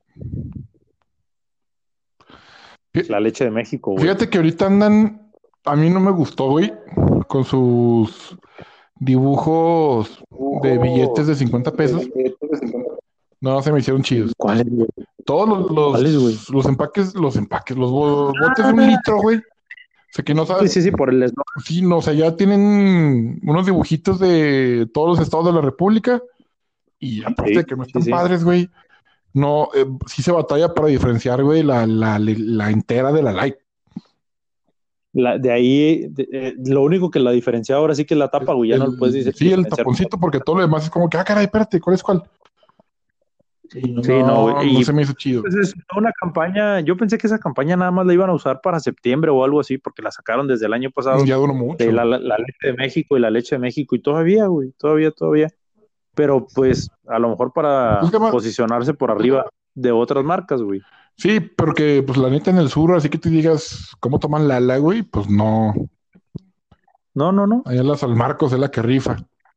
La leche de México, güey. Fíjate que ahorita andan, a mí no me gustó, güey, con sus dibujos de billetes de cincuenta pesos. No, se me hicieron chidos. ¿Cuáles, güey? Todos los, ¿Cuáles, güey? los, los empaques, los empaques, los bo- botes de un litro, güey. O sea, que no Sí, sabes. sí, sí, por el eslogan. Sí, no, o sea, ya tienen unos dibujitos de todos los estados de la República y aparte Sí, de que no sí, están sí. padres, güey, no, eh, sí se batalla para diferenciar, güey, la, la, la entera de la light. La, de ahí, de, eh, lo único que la diferencia ahora sí que es la tapa, güey. Ya no lo puedes El, decir. sí, el taponcito, porque todo lo demás es como que, ah, caray, espérate, ¿cuál es cuál? Sí, no, no, güey. no Y se me hizo chido. pues es una campaña, yo pensé que esa campaña nada más la iban a usar para septiembre o algo así, porque la sacaron desde el año pasado, Ya duró de mucho. la, la, la leche de México y la leche de México, y todavía, güey, todavía, todavía. Pero pues a lo mejor para Es que más- posicionarse por arriba de otras marcas, güey. sí, pero que pues la neta en el sur, así que tú digas, ¿cómo toman Lala, güey? Pues no. No, no, no. Allá la San Marcos es la que rifa.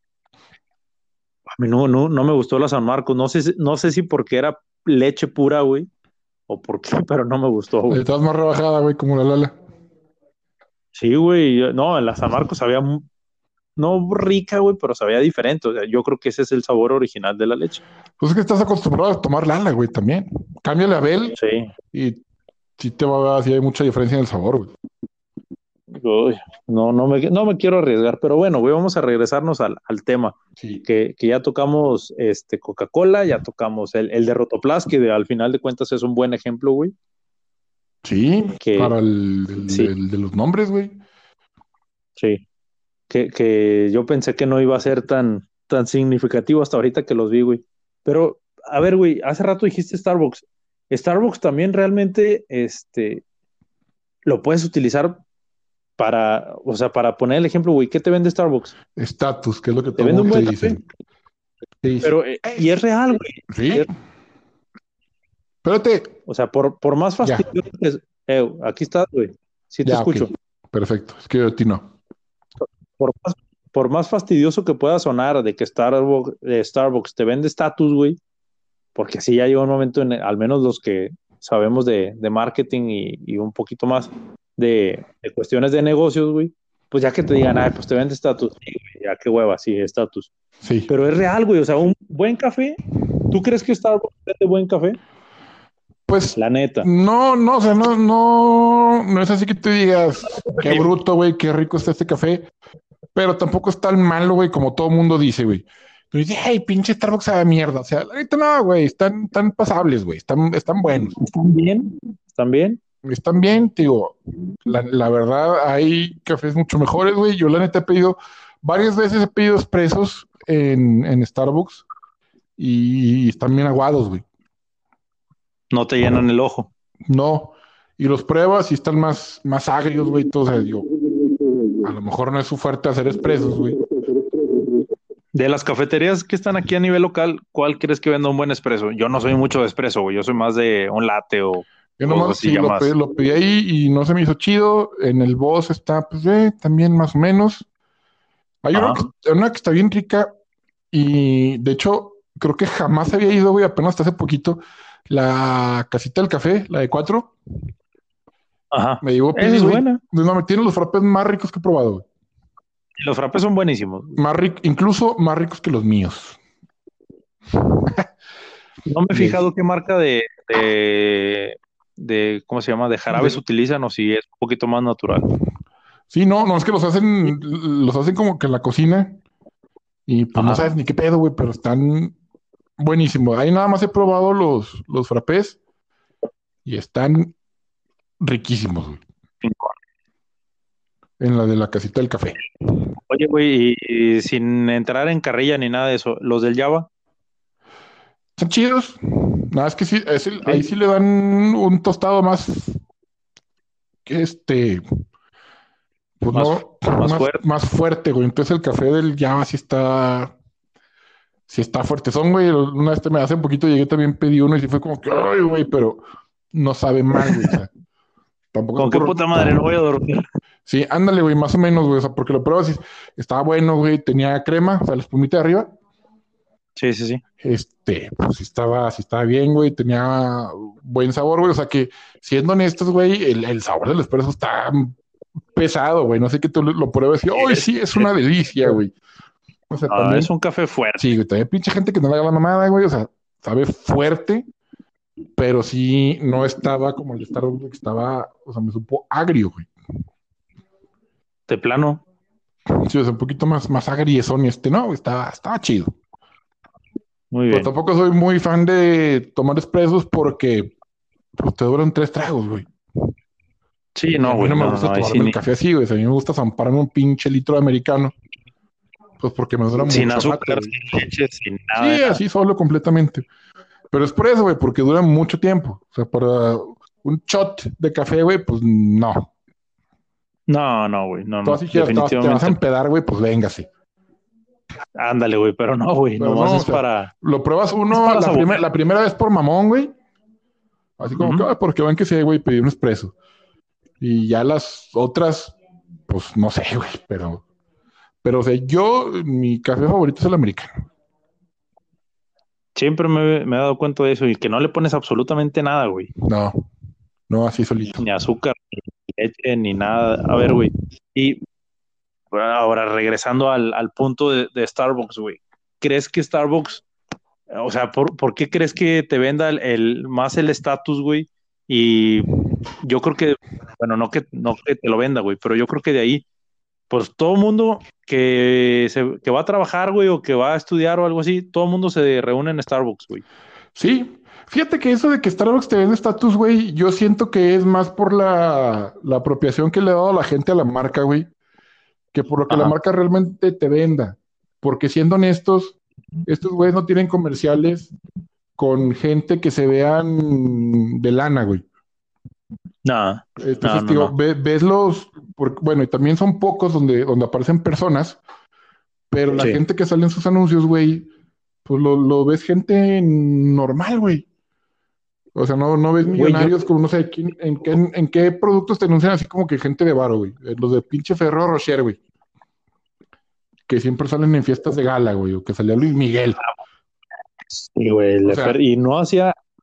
A mí no, no, no me gustó la San Marcos. No sé, si- no sé si porque era leche pura, güey, o por qué, pero no me gustó, güey. Estás más rebajada, güey, como la Lala. Sí, güey. yo- No, en la San Marcos sabía, mu- no rica, güey, pero sabía diferente. O sea, yo creo que ese es el sabor original de la leche. Pues es que estás acostumbrado a tomar Lala, güey, también. Cámbiale a Bel Sí. y sí te va a ver, sí hay mucha diferencia en el sabor, güey. Uy, no, no me, no me quiero arriesgar, pero bueno, güey, vamos a regresarnos al, al tema. Sí. Que, que ya tocamos este, Coca-Cola, ya tocamos el, el de Rotoplas, que de- al final de cuentas es un buen ejemplo, güey. Sí, Que, para el, el- sí. el de los nombres, güey. Sí. Que, que yo pensé que no iba a ser tan, tan significativo hasta ahorita que los vi, güey. Pero, a ver, güey, hace rato dijiste Starbucks. Starbucks también realmente, este, lo puedes utilizar para, o sea, para poner el ejemplo, güey, ¿qué te vende Starbucks? Estatus, que es lo que Te todo vende un mundo te buen dice. café, Te dice, pero, eh, y es real, güey. sí. Espérate. O sea, por, por más Ya. fastidioso que es, eh, aquí estás, güey. Sí te Ya, escucho. ok. Perfecto. Es que yo a ti no. Por más, por más fastidioso que pueda sonar de que Starbucks, eh, Starbucks te vende estatus, güey, porque sí ya llegó un momento, en, al menos los que sabemos de, de marketing y, y un poquito más, de, de cuestiones de negocios, güey, pues ya que te digan, ay, pues te vende estatus, sí, güey, ya qué hueva, sí, estatus. Sí. Pero es real, güey, o sea, un buen café, ¿tú crees que Starbucks vende buen café? Pues La neta. no, no, o sea, no, no, no es así que tú digas, qué Sí. bruto, güey, qué rico está este café, pero tampoco es tan malo, güey, como todo mundo dice, güey. Tú dices, hey, pinche Starbucks sabe mierda. O sea, ahorita no, güey, están, están pasables, güey, están, están buenos. ¿Están bien? ¿Están bien? Están bien, te digo, la, la verdad, hay cafés mucho mejores, güey. Yo la neta he pedido, varias veces he pedido expresos en, en Starbucks y están bien aguados, güey. No te llenan el ojo. No, y los pruebas y están más, más agrios, güey. Entonces, yo, a lo mejor no es su fuerte hacer expresos, güey. De las cafeterías que están aquí a nivel local, ¿cuál crees que venda un buen espresso? Yo no soy mucho de espresso, güey. Yo soy más de un latte o, Yo o nomás así sí ya lo más. pedí, lo pedí ahí y no se me hizo chido. En el Boss está, pues, eh, también más o menos. Hay una Ajá. que, una que está bien rica y de hecho creo que jamás había ido, güey, apenas hasta hace poquito. La casita del café, la de cuatro, Ajá. me llevó a Esa pedir, es güey. buena. No, me tienen los frappés más ricos que he probado, güey. Y los frappés son buenísimos. Más ric- incluso más ricos que los míos. No me he Y es- fijado qué marca de, de, de ¿cómo se llama? De jarabes de- utilizan o si es un poquito más natural. sí, no, no es que los hacen, los hacen como que en la cocina y pues no Ajá. sabes ni qué pedo, güey, pero están buenísimos. Ahí nada más he probado los, los frappés y están riquísimos, güey. En la de la casita del café. Oye, güey, y, y sin entrar en carrilla ni nada de eso, los del Java, Están chidos. Nada, es que sí, es el- ahí ¿sí? sí le dan un tostado más, que este, pues Más, no, más más, fuerte. más fuerte, güey. Entonces el café del Java sí está, sí está fuerte. Son, güey, una vez te me hace un poquito llegué también pedí uno y sí fue como que, ay, güey, pero no sabe mal, güey. O sea, tampoco es Con qué por, puta madre no voy a dormir. sí, ándale, güey, más o menos, güey. O sea, porque lo pruebas y estaba bueno, güey. Tenía crema, o sea, la espumita de arriba. Sí, sí, sí. Este, pues sí estaba, sí estaba bien, güey, tenía buen sabor, güey. O sea que, siendo honestos, güey, el, el sabor del espresso está pesado, güey. No sé qué tú lo, lo pruebes y, ¡ay, sí, es una delicia, güey! O sea, Ah, es también, un café fuerte. sí, güey, también pinche gente que no le haga la mamada, güey. O sea, sabe fuerte, pero sí no estaba como el de Starbucks, que estaba, o sea, me supo agrio, güey. De plano. Sí, o sea, un poquito más, más agriezón y este, no, güey, estaba, estaba chido. Muy Pero bien. tampoco soy muy fan de tomar expresos porque pues, te duran tres tragos, güey. Sí, Y a no, mí güey. no me No, no, gusta no. Ahí sí tomarme el ni- café así, güey. O sea, a mí me gusta zamparme un pinche litro de americano. Pues porque me dura sin mucho rato, azúcar, güey. sin leche, sin nada de Sí, nada. así solo completamente. Pero es por eso, güey, porque dura mucho tiempo. O sea, para un shot de café, güey, pues no. No, no, güey. No, Tú no. así quieres, te vas, te vas a Definitivamente. empedar, güey, pues véngase. Ándale, güey. Pero no, güey. Pero Nomás no, o es sea, para. lo pruebas Es uno para la, saborear. primer- la primera vez por mamón, güey. Así como Ujú. que, "Ay, porque ven que sí, güey, pedí un expreso. Y ya las otras, pues no sé, güey, pero, pero, o sea, yo, mi café favorito es el americano. Siempre me, me he dado cuenta de eso y que no le pones absolutamente nada, güey. No, no así solito. Ni azúcar, ni leche, ni nada. A ver, güey. Y ahora regresando al, al punto de, de Starbucks, güey. ¿Crees que Starbucks, o sea, ¿por, por qué crees que te venda el, el- más el estatus, güey? Y yo creo que, bueno, no que, no que te lo venda, güey, pero yo creo que de ahí, pues todo mundo que, se, que va a trabajar, güey, o que va a estudiar o algo así, todo mundo se reúne en Starbucks, güey. Sí, fíjate que eso de que Starbucks te vende estatus, güey, yo siento que es más por la, la apropiación que le ha dado la gente a la marca, güey, que por lo que la Ajá. marca realmente te venda. Porque siendo honestos, estos güeyes no tienen comerciales con gente que se vean de lana, güey. Nada, Entonces, no, no, digo, no. ve- ves los, porque, bueno, y también son pocos donde, donde aparecen personas, pero la Sí. gente que sale en sus anuncios, güey, pues lo, lo ves gente normal, güey. O sea, no, no ves Güey, yo, millonarios como, no sé, ¿quién- en, qué, en qué productos te anuncian así como que gente de varo, güey. Eh, Los de pinche Ferrero Rocher, güey. Que siempre salen en fiestas de gala, güey, o que salía Luis Miguel. sí, güey, O le sea, per- y no hacía,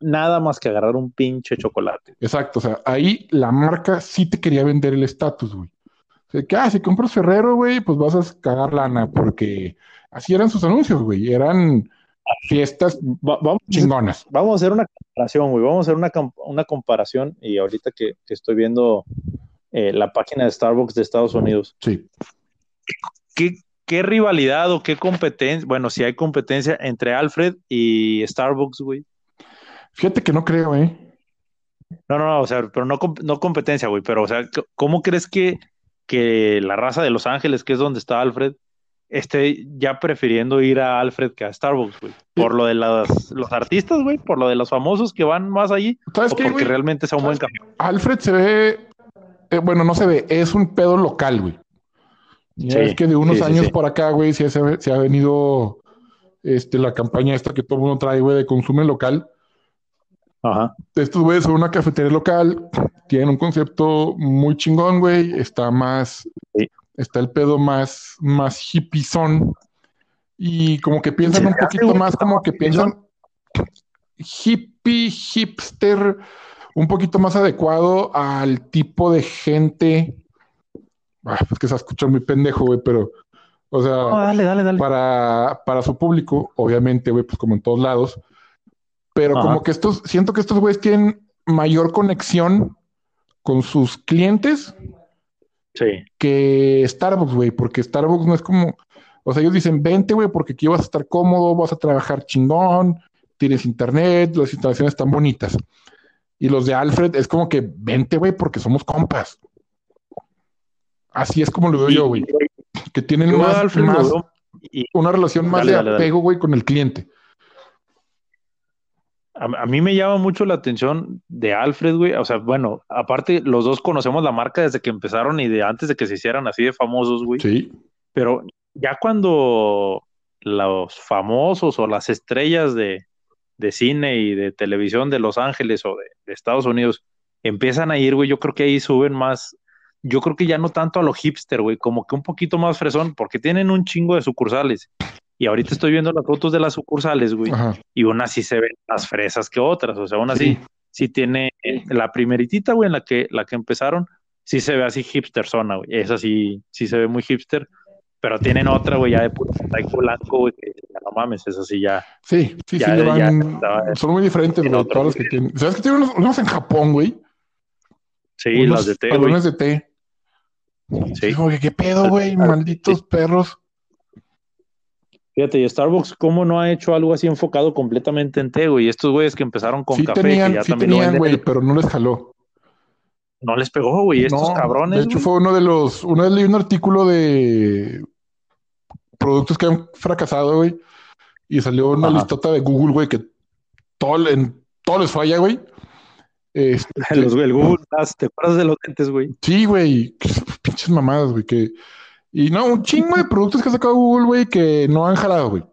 nada más que agarrar un pinche chocolate. Exacto, o sea, ahí la marca sí te quería vender el estatus, güey. O sea, que, ah, si compras Ferrero, güey, pues vas a cagar lana, porque así eran sus anuncios, güey. Eran fiestas Va- vamos, chingonas. vamos a hacer una comparación, güey. Vamos a hacer una, com- una comparación y ahorita que, que estoy viendo eh, la página de Starbucks de Estados Unidos, Sí. ¿qué, qué rivalidad o qué competencia? Bueno, si hay competencia entre Alfred y Starbucks, güey. Fíjate que no creo, ¿eh? No, no, no, o sea, pero no, com- no competencia, güey. Pero, o sea, c- ¿cómo crees que, que la raza de Los Ángeles, que es donde está Alfred, esté ya prefiriendo ir a Alfred que a Starbucks, güey? ¿Por lo de las, los artistas, güey? ¿Por lo de los famosos que van más allí? ¿Sabes ¿O qué, porque güey? realmente sea un buen café? Alfred se ve, eh, bueno, no se ve, es un pedo local, güey. Ya Sí, es que de unos sí, sí, años sí. por acá, güey, sí se, se ha venido este, la campaña esta que todo el mundo trae, güey, de consumo local. Ajá. Estos güeyes son una cafetería local, tienen un concepto muy chingón, güey. Está más, Sí. está el pedo más, más hippiezón. Y como que piensan ¿Se un te hace, poquito güey, más, que está como más que hippiezón? piensan hippie, hipster, un poquito más adecuado al tipo de gente. Ah, es que se escucha muy pendejo, güey, pero, o sea, No, dale, dale, dale. para, para su público, obviamente, güey, pues como en todos lados. Pero Ajá. como que estos, siento que estos güeyes tienen mayor conexión con sus clientes Sí. que Starbucks, güey, porque Starbucks no es como, o sea, ellos dicen, vente, güey, porque aquí vas a estar cómodo, vas a trabajar chingón, tienes internet, las instalaciones están bonitas. Y los de Alfred es como que, vente, güey, porque somos compas. Así es como lo veo Y, yo, güey, que tienen yo a más, Alfred lo más, veo y una relación más dale, de dale, dale. apego, güey, con el cliente. A, a mí me llama mucho la atención de Alfred, güey. O sea, bueno, aparte, los dos conocemos la marca desde que empezaron y de antes de que se hicieran así de famosos, güey. Sí, Pero ya cuando los famosos o las estrellas de, de cine y de televisión de Los Ángeles o de, de Estados Unidos empiezan a ir, güey, yo creo que ahí suben más. Yo creo que ya no tanto a lo hipster, güey, como que un poquito más fresón, porque tienen un chingo de sucursales. Y ahorita estoy viendo las fotos de las sucursales, güey, ajá, y unas sí se ven más fresas que otras. O sea, una sí, sí, sí tiene eh, la primeritita, güey, en la que, la que empezaron, sí se ve así hipster zona, güey. Esa sí, sí se ve muy hipster, pero tienen otra, güey, ya de puro mosaico blanco, güey, que ya no mames, esa sí ya, sí, sí, sí, ya, le ya van, estaba son muy diferentes, en güey, otro. todas las que tienen. ¿Sabes que tienen unos, unos en Japón, güey? Sí, las de Unos té, güey. talones de té. Sí, Sí. como que, ¿qué pedo, güey? Al- Malditos perros. Fíjate, y Starbucks, ¿cómo no ha hecho algo así enfocado completamente en té, güey? Y estos güeyes que empezaron con Sí café, que tenían, ya sí también lo tenían, venden, güey, pero no les jaló. no les pegó, güey. Estos No, de cabrones, hecho güey. fue uno de los, una vez leí un artículo de productos que han fracasado, güey, y salió una Ajá. listota de Google, güey, que todo, en, todo les falla, güey. Este, Los, el Google Glass, ¿te acuerdas de los lentes, güey? sí, güey, pinches mamadas, güey, que... Y no, un chingo de productos que ha sacado Google, güey, que no han jalado, güey.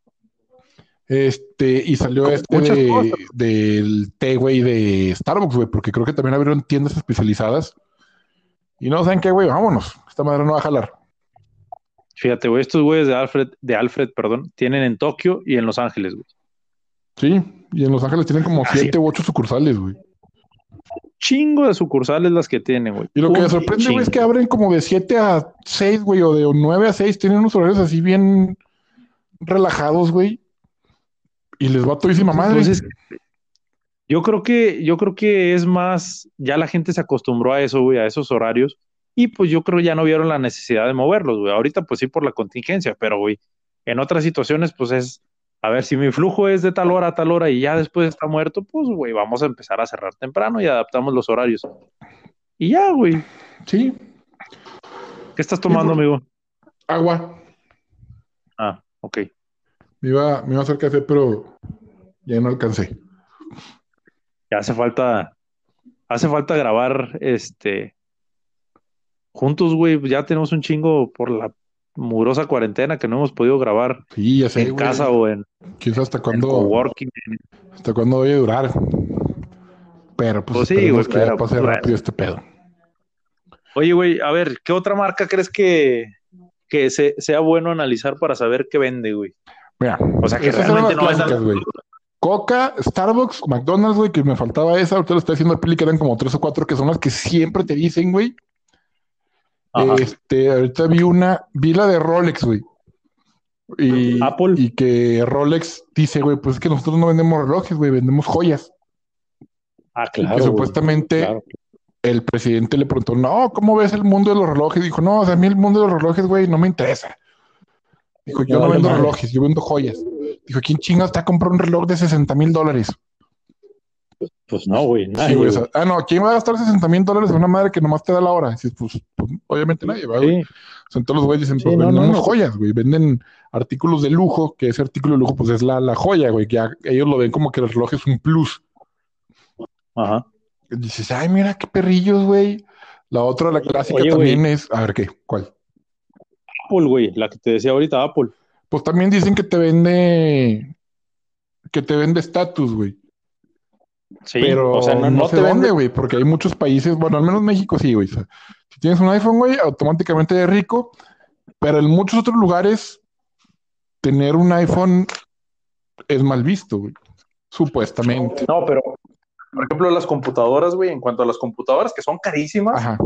Este, y salió este Muchas de, cosas. del té, güey, de Starbucks, güey, porque creo que también abrieron tiendas especializadas. Y no, ¿saben qué, güey? Vámonos. Esta madre no va a jalar. Fíjate, güey, estos güeyes de Alfred, de Alfred, perdón, tienen en Tokio y en Los Ángeles, güey. Sí, y en Los Ángeles tienen como Así. siete u ocho sucursales, güey. Chingo de sucursales las que tienen, güey. Y lo que Un me sorprende, güey, es chingo. que abren como de siete a seis, güey, o de nueve a seis. Tienen unos horarios así bien relajados, güey. Y les va todísima madre. Entonces, yo creo que, yo creo que es más, ya la gente se acostumbró a eso, güey, a esos horarios, y pues yo creo ya no vieron la necesidad de moverlos, güey. Ahorita, pues sí, por la contingencia, pero, güey, en otras situaciones, pues es, a ver, si mi flujo es de tal hora a tal hora y ya después está muerto, pues, güey, vamos a empezar a cerrar temprano y adaptamos los horarios. Y ya, güey. Sí, ¿Qué estás tomando, amigo? agua. Ah, ok. Me iba, me iba a hacer café, pero ya no alcancé. Ya hace falta, hace falta grabar, este, juntos, güey. Ya tenemos un chingo por la murosa cuarentena que no hemos podido grabar Sí, ya sé, en güey. casa o en, ¿Quién sabe hasta en cuándo, coworking. hasta cuándo vaya a durar? Pero pues, Pues sí, esperemos güey, que ya pero, pase pues, rápido este pedo. Oye, güey, a ver, ¿qué otra marca crees que, que se- sea bueno analizar para saber qué vende, güey? Mira, O sea, que esas eran realmente las no vendan. clásicas, güey. Coca, Starbucks, McDonald's, güey, que me faltaba esa. Ahorita lo estoy haciendo el pili, que eran como tres o cuatro que son las que siempre te dicen, güey. Ajá. Este, ahorita vi una, vi la de Rolex, güey. Y, Apple. y que Rolex dice, güey, pues es que nosotros no vendemos relojes, güey, vendemos joyas. Ah, Y claro. que güey, supuestamente claro. el presidente le preguntó, no, ¿cómo ves el mundo de los relojes? Dijo, no, o sea, a mí el mundo de los relojes, güey, no me interesa. Dijo, yo Me no vale vendo madre. relojes, yo vendo joyas. Dijo, ¿quién chingas está a comprar un reloj de sesenta mil dólares? Pues no, güey, Sí, nadie, güey, o güey. sea, ah, no, ¿quién va a gastar sesenta mil dólares en una madre que nomás te da la hora? Dices, pues, pues, obviamente nadie, ¿verdad, güey? Sí, O sea, entonces los güeyes dicen, sí, pues no, no, vendemos no. joyas, güey, venden artículos de lujo, que ese artículo de lujo, pues es la, la joya, güey, que ya ellos lo ven como que el reloj es un plus. Ajá. Y dices, ay, mira qué perrillos, güey. La otra, la clásica Oye, güey, también es, a ver, ¿qué? ¿Cuál? Apple, güey, la que te decía ahorita, Apple. Pues también dicen que te vende, que te vende estatus, güey. Sí, o sea, Pero no, no no sé te vende. dónde, güey, porque hay muchos países, bueno, al menos México sí, güey. O sea, si tienes un iPhone, güey, automáticamente eres rico, pero en muchos otros lugares tener un iPhone es mal visto, güey, supuestamente. No, pero, por ejemplo, las computadoras, güey, en cuanto a las computadoras que son carísimas, Ajá.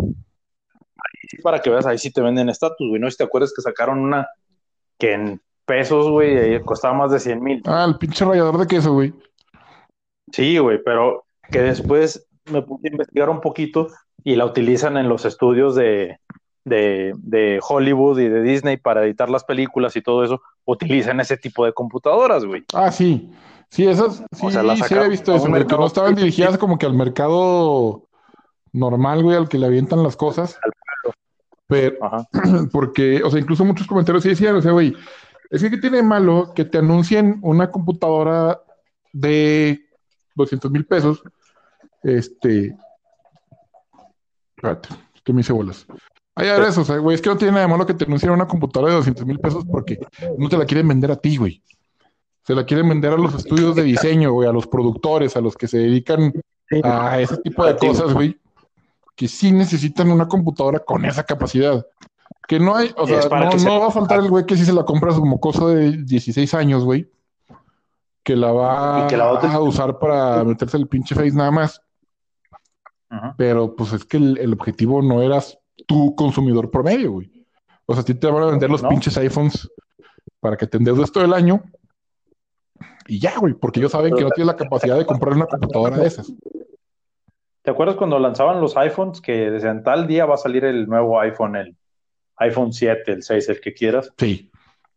sí, para que veas, ahí sí te venden estatus, güey. No sé si te acuerdas que sacaron una que en pesos, güey, eh, costaba más de cien mil. Ah, el pinche rallador de queso, güey. Sí, güey, pero que después me puse a investigar un poquito y la utilizan en los estudios de, de, de Hollywood y de Disney para editar las películas y todo eso, utilizan ese tipo de computadoras, güey. Ah, sí. Sí, esas, O sea, la sí, sí había sacaron visto a eso, un güey, que no mercado estaban dirigidas como que al mercado normal, güey, al que le avientan las cosas. Pero, Ajá. porque, o sea, incluso muchos comentarios sí decían, o sea, güey, es que ¿qué tiene de malo que te anuncien una computadora de doscientos mil pesos? Este, espérate, es que me hice bolas. Ay, ahora eso, o sea, güey, es que no tiene nada de malo que te anuncien una computadora de doscientos mil pesos porque no te la quieren vender a ti, güey. Se la quieren vender a los estudios de diseño, güey, a los productores, a los que se dedican Sí, a ese tipo de creativo. cosas, güey, que sí necesitan una computadora con esa capacidad. Que no hay, o Es sea, para no, que se... no va a faltar el güey que sí se la compras como cosa de dieciséis años, güey, que la Y que la va otra... a usar para meterse el pinche face nada más. Ajá. Pero pues es que el, el objetivo no eras tu consumidor promedio, güey. O sea, a ti te van a vender los ¿No? pinches iPhones para que te endeudes todo el año y ya, güey, porque ellos saben que no tienes la capacidad de comprar una computadora de esas. ¿Te acuerdas cuando lanzaban los iPhones que decían tal día va a salir el nuevo iPhone, el iPhone siete, el seis, el que quieras? Sí.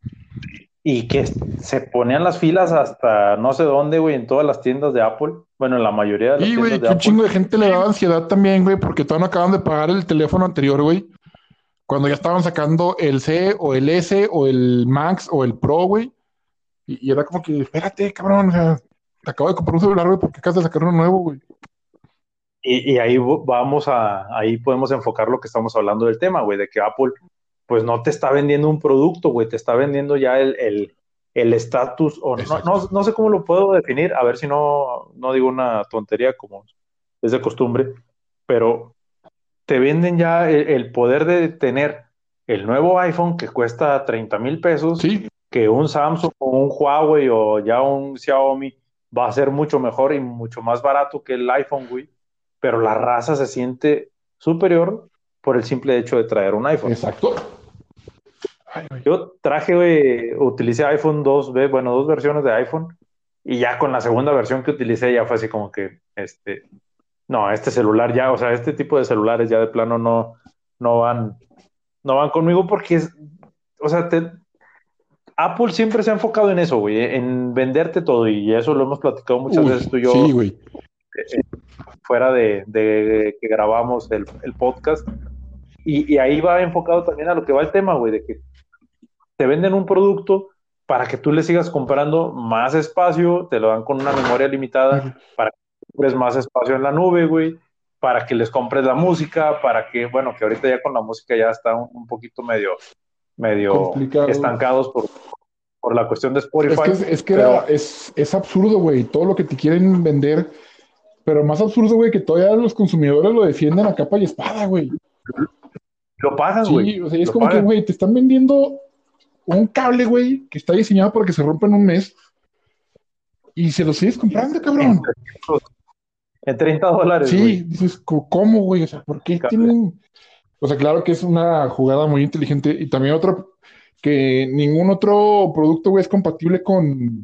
Y que se ponían las filas hasta no sé dónde, güey, en todas las tiendas de Apple. Bueno, en la mayoría de las Y, tiendas güey, de que un Apple. chingo de gente le daba ansiedad también, güey, porque todavía no acaban de pagar el teléfono anterior, güey. Cuando ya estaban sacando el C o el S o el Max o el Pro, güey. Y, y era como que, espérate, cabrón, o sea, te acabo de comprar un celular, güey, ¿por qué acabas de sacar uno nuevo, güey? Y, y ahí vamos a, ahí podemos enfocar lo que estamos hablando del tema, güey, de que Apple, pues no te está vendiendo un producto, güey, te está vendiendo ya el, el, el estatus, o no, no, no sé cómo lo puedo definir, a ver si no, no digo una tontería como es de costumbre, pero te venden ya el, el poder de tener el nuevo iPhone que cuesta treinta mil pesos, Sí, que un Samsung o un Huawei o ya un Xiaomi va a ser mucho mejor y mucho más barato que el iPhone, güey, pero la raza se siente superior por el simple hecho de traer un iPhone. exacto. Ay, güey. Yo traje, güey, utilicé iPhone dos, ve- bueno, dos versiones de iPhone, y ya con la segunda versión que utilicé ya fue así como que, este, no, este celular ya, o sea, este tipo de celulares ya de plano no, no van, no van conmigo porque es, o sea, te, Apple siempre se ha enfocado en eso, güey, en venderte todo, y eso lo hemos platicado muchas Uy, veces tú y yo, sí, güey. eh, fuera de, de que grabamos el, el podcast, y, y ahí va enfocado también a lo que va el tema, güey, de que te venden un producto para que tú le sigas comprando más espacio, te lo dan con una memoria limitada, para que compres más espacio en la nube, güey, para que les compres la música, para que, bueno, que ahorita ya con la música ya está un, un poquito medio, medio Complicado. estancados por, por la cuestión de Es que, Spotify, es, es que era, pero es, es absurdo, güey, todo lo que te quieren vender, pero más absurdo, güey, que todavía los consumidores lo defienden a capa y espada, güey. lo pagan, güey, Sí, o sea, es lo como que, pagan. güey, te están vendiendo un cable, güey, que está diseñado para que se rompa en un mes. y se los sigues comprando, cabrón. En treinta dólares, Sí, güey. dices, co- ¿cómo, güey? O sea, ¿por qué tienen...? O sea, claro que es una jugada muy inteligente. Y también otra, que ningún otro producto, güey, es compatible con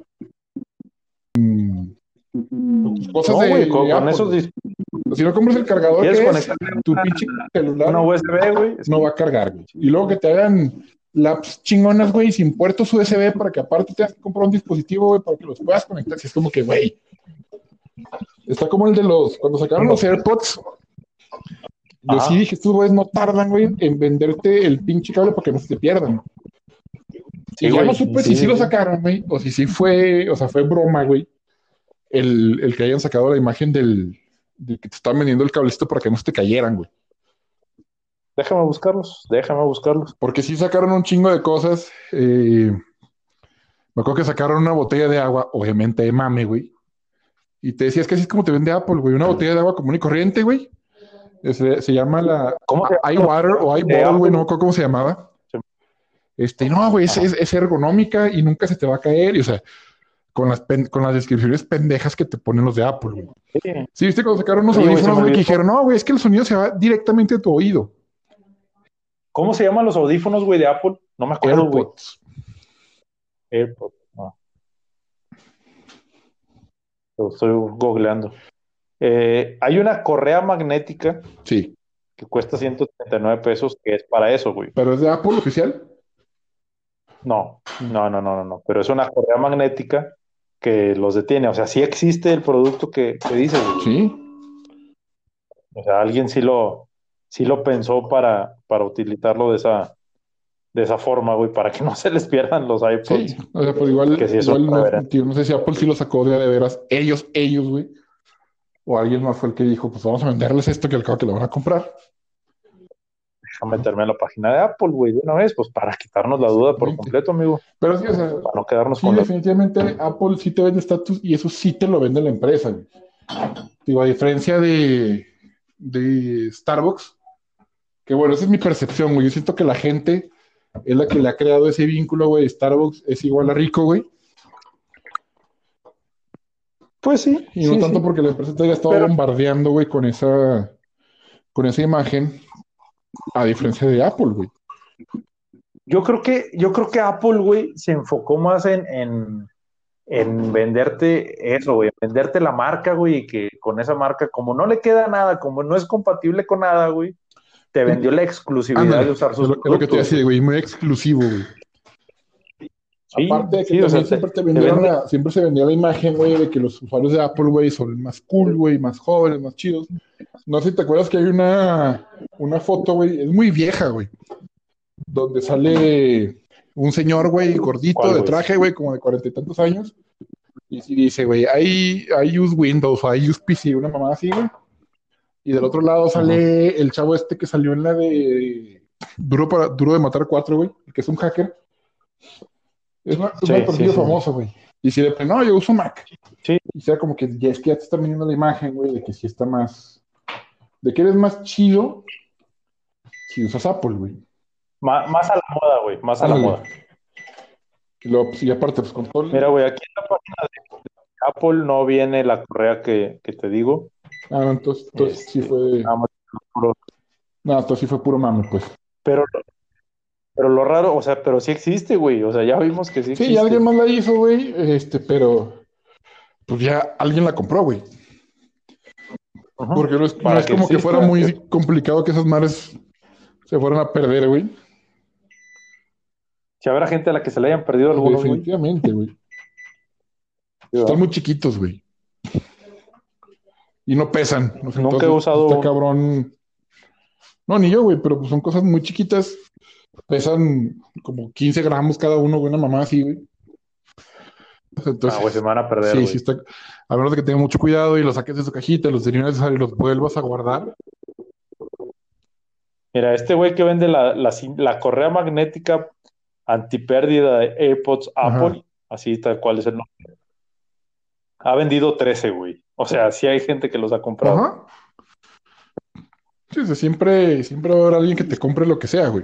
tus cosas No, güey, de, con, de con Apple, esos güey. dis- O sea, si no compras el cargador ¿quieres que es, conectar tu pinche una celular U S B, güey? no va Sí. a cargar, güey. Y luego que te hagan laps chingonas, güey, sin puertos U S B para que aparte te has que comprar un dispositivo, güey, para que los puedas conectar. Si es como que, güey, está como el de los, cuando sacaron los AirPods, yo sí Ajá. dije, estos güeyes no tardan, güey, en venderte el pinche cable para que no se te pierdan. Sí, Y ya no güey. supe si Sí, sí sí, lo sí. sacaron, güey, o si sí fue, o sea, fue broma, güey, el, el que hayan sacado la imagen del, del que te estaban vendiendo el cablecito para que no se te cayeran, güey. Déjame buscarlos, déjame buscarlos. Porque sí sacaron un chingo de cosas. Eh, me acuerdo que sacaron una botella de agua, obviamente de mame, güey. Y te decías que así es como te vende Apple, güey. Una botella de agua común y corriente, güey. Se, se llama la ¿Cómo se llama la iWater o de iBottle, güey. No Apple? me acuerdo cómo se llamaba. Se- Este, no, güey, es, Ajá. es, es ergonómica y nunca se te va a caer. Y, o sea, con las, pen, con las descripciones pendejas que te ponen los de Apple, güey. Sí. Sí, viste cuando sacaron unos Oye, güey, se me audífonos, güey, que olvidó. dijeron, no, güey, es que el sonido se va directamente a tu oído. ¿Cómo se llaman los audífonos, güey, de Apple? No me acuerdo, güey. AirPods. AirPods. No, lo estoy googleando. Eh, hay una correa magnética Sí. que cuesta ciento treinta y nueve pesos, que es para eso, güey. ¿Pero es de Apple oficial? No, no, no, no, no, no. Pero es una correa magnética que los detiene. O sea, sí existe el producto que, que dices, güey. Sí. O sea, alguien sí lo, sí lo pensó para, para utilizarlo de esa, de esa forma, güey, para que no se les pierdan los Sí, iPods. o sea, pues igual, Que sí es una igual no, reverenda. tío, no sé si Apple sí lo sacó de, a de veras, ellos, ellos, güey, o alguien más fue el que dijo, pues vamos a venderles esto que al cabo que lo van a comprar. Déjame meterme en la página de Apple, güey, de una vez, pues para quitarnos la duda por Exactamente. completo, amigo. Pero sí, o sea, Para no quedarnos sí, con la... definitivamente Apple sí te vende estatus y eso sí te lo vende la empresa, güey. Digo, a diferencia de, de Starbucks, que bueno, esa es mi percepción, güey. Yo siento que la gente es la que le ha creado ese vínculo, güey. Starbucks es igual a rico, güey. Pues sí, Y no sí, tanto sí. porque la empresa te haya estado Pero bombardeando, güey, con esa, con esa imagen, a diferencia de Apple, güey. yo creo que, yo creo que Apple, güey, se enfocó más en, en, en venderte eso, güey, en venderte la marca, güey, y que con esa marca, como no le queda nada, como no es compatible con nada, güey, te vendió la exclusividad de Ándale, usar es sus lo, es lo que te productos, decía, güey. güey, muy exclusivo, güey. Sí, Aparte de que sí, o también sea, te, siempre te te vendieron vende, la, siempre se vendía la imagen, güey, de que los usuarios de Apple, güey, son más cool, güey, más jóvenes, más chidos. No sé si te acuerdas que hay una, una foto, güey, es muy vieja, güey, donde sale un señor, güey, gordito, ¿cuál, de güey? traje, güey, como de cuarenta y tantos años, y sí dice, güey, I, I use Windows o I use P C, una mamá así, güey. Y del otro lado Ujú. sale el chavo este que salió en la de Duro, para, Duro de Matar cuatro, güey, que es un hacker. Es, una, es un Sí, sí, perfil sí, sí. famoso, güey. Y si de plano, no, yo uso Mac. Sí, Y sea como que ya es que ya te están vendiendo la imagen, güey, de que sí está más. De que eres más chido si usas Apple, güey. má- más a la moda, güey, más a la Ándale. moda. Y, luego, pues, y aparte, pues con todo el- Mira, güey, aquí en la página de Apple no viene la correa que, que te digo. Ah, no, entonces, entonces sí Este, fue. nada más puro- No, entonces sí fue puro mame, pues. pero, pero lo raro, o sea, pero sí existe, güey. O sea, ya vimos que sí Sí, ya alguien existe. más la hizo, güey. Este, pero. Pues ya alguien la compró, güey. Ujú. Porque no es, no Para es que como que fuera exista, muy complicado que esas madres se fueran a perder, güey. si habrá gente a la que se le hayan perdido algunos, güey. Definitivamente, güey. Sí, Están ¿verdad? muy chiquitos, güey. Y no pesan. O sea, Nunca he entonces, usado está uno. cabrón. No, ni yo, güey, pero pues son cosas muy chiquitas. Pesan como quince gramos cada uno, güey, una mamá así, güey. Ah, güey, se Entonces, me van a perder, sí, sí güey. está. A menos de que tenga mucho cuidado y los saques de su cajita, los tengas necesario y los vuelvas a guardar. Mira, este güey que vende la, la, cin- la correa magnética antipérdida de AirPods Ajá. Apple, así tal cual es el nombre, ha vendido trece, güey. O sea, sí hay gente que los ha comprado. Ajá. Sí, o sea, siempre, siempre va a haber alguien que te compre lo que sea, güey.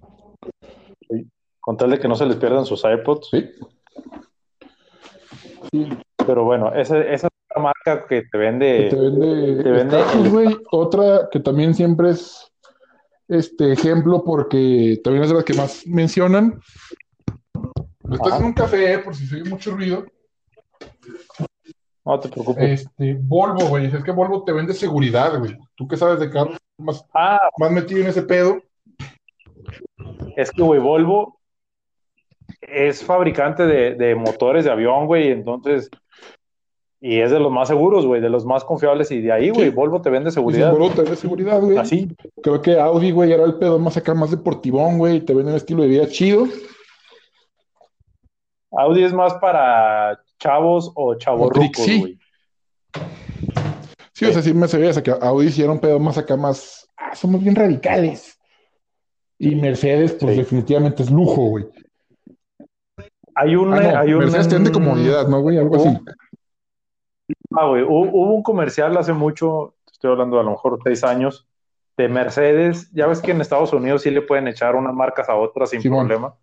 ¿Sí? Con tal de que no se les pierdan sus AirPods. Sí. Sí. Pero bueno, esa, esa es una marca que te Que vende, te vende te vende estatus, el- güey. Otra que también siempre es este ejemplo porque también es de las que más mencionan. Estás en Ajá, un café, por si se oye mucho ruido. no te preocupes. Este, Volvo, güey. Es que Volvo te vende seguridad, güey. Tú que sabes de carros más, Ah, más metido en ese pedo. es que, güey, Volvo es fabricante de, de motores de avión, güey, entonces, y es de los más seguros, güey, de los más confiables, y de ahí, güey, Sí, Volvo te vende dicen seguridad. Volvo te vende seguridad, güey. Así, Creo que Audi, güey, era el pedo más acá, más deportivón, güey. Te vende un estilo de vida chido. Audi es más para chavos o O chavorrucos, Trixie. güey. Sí, o sea, sí me sabía que Audi sí era un pedo más acá, más. Ah, somos bien radicales. Y Mercedes, pues Sí. definitivamente es lujo, güey. Hay un, Ah, no, hay un, Mercedes te vende comodidad, ¿no, güey? Algo así. un- ah, güey, hu- hubo un comercial hace mucho, estoy hablando a lo mejor seis años, de Mercedes. Ya ves que en Estados Unidos sí le pueden echar unas marcas a otras sin Simón. problema.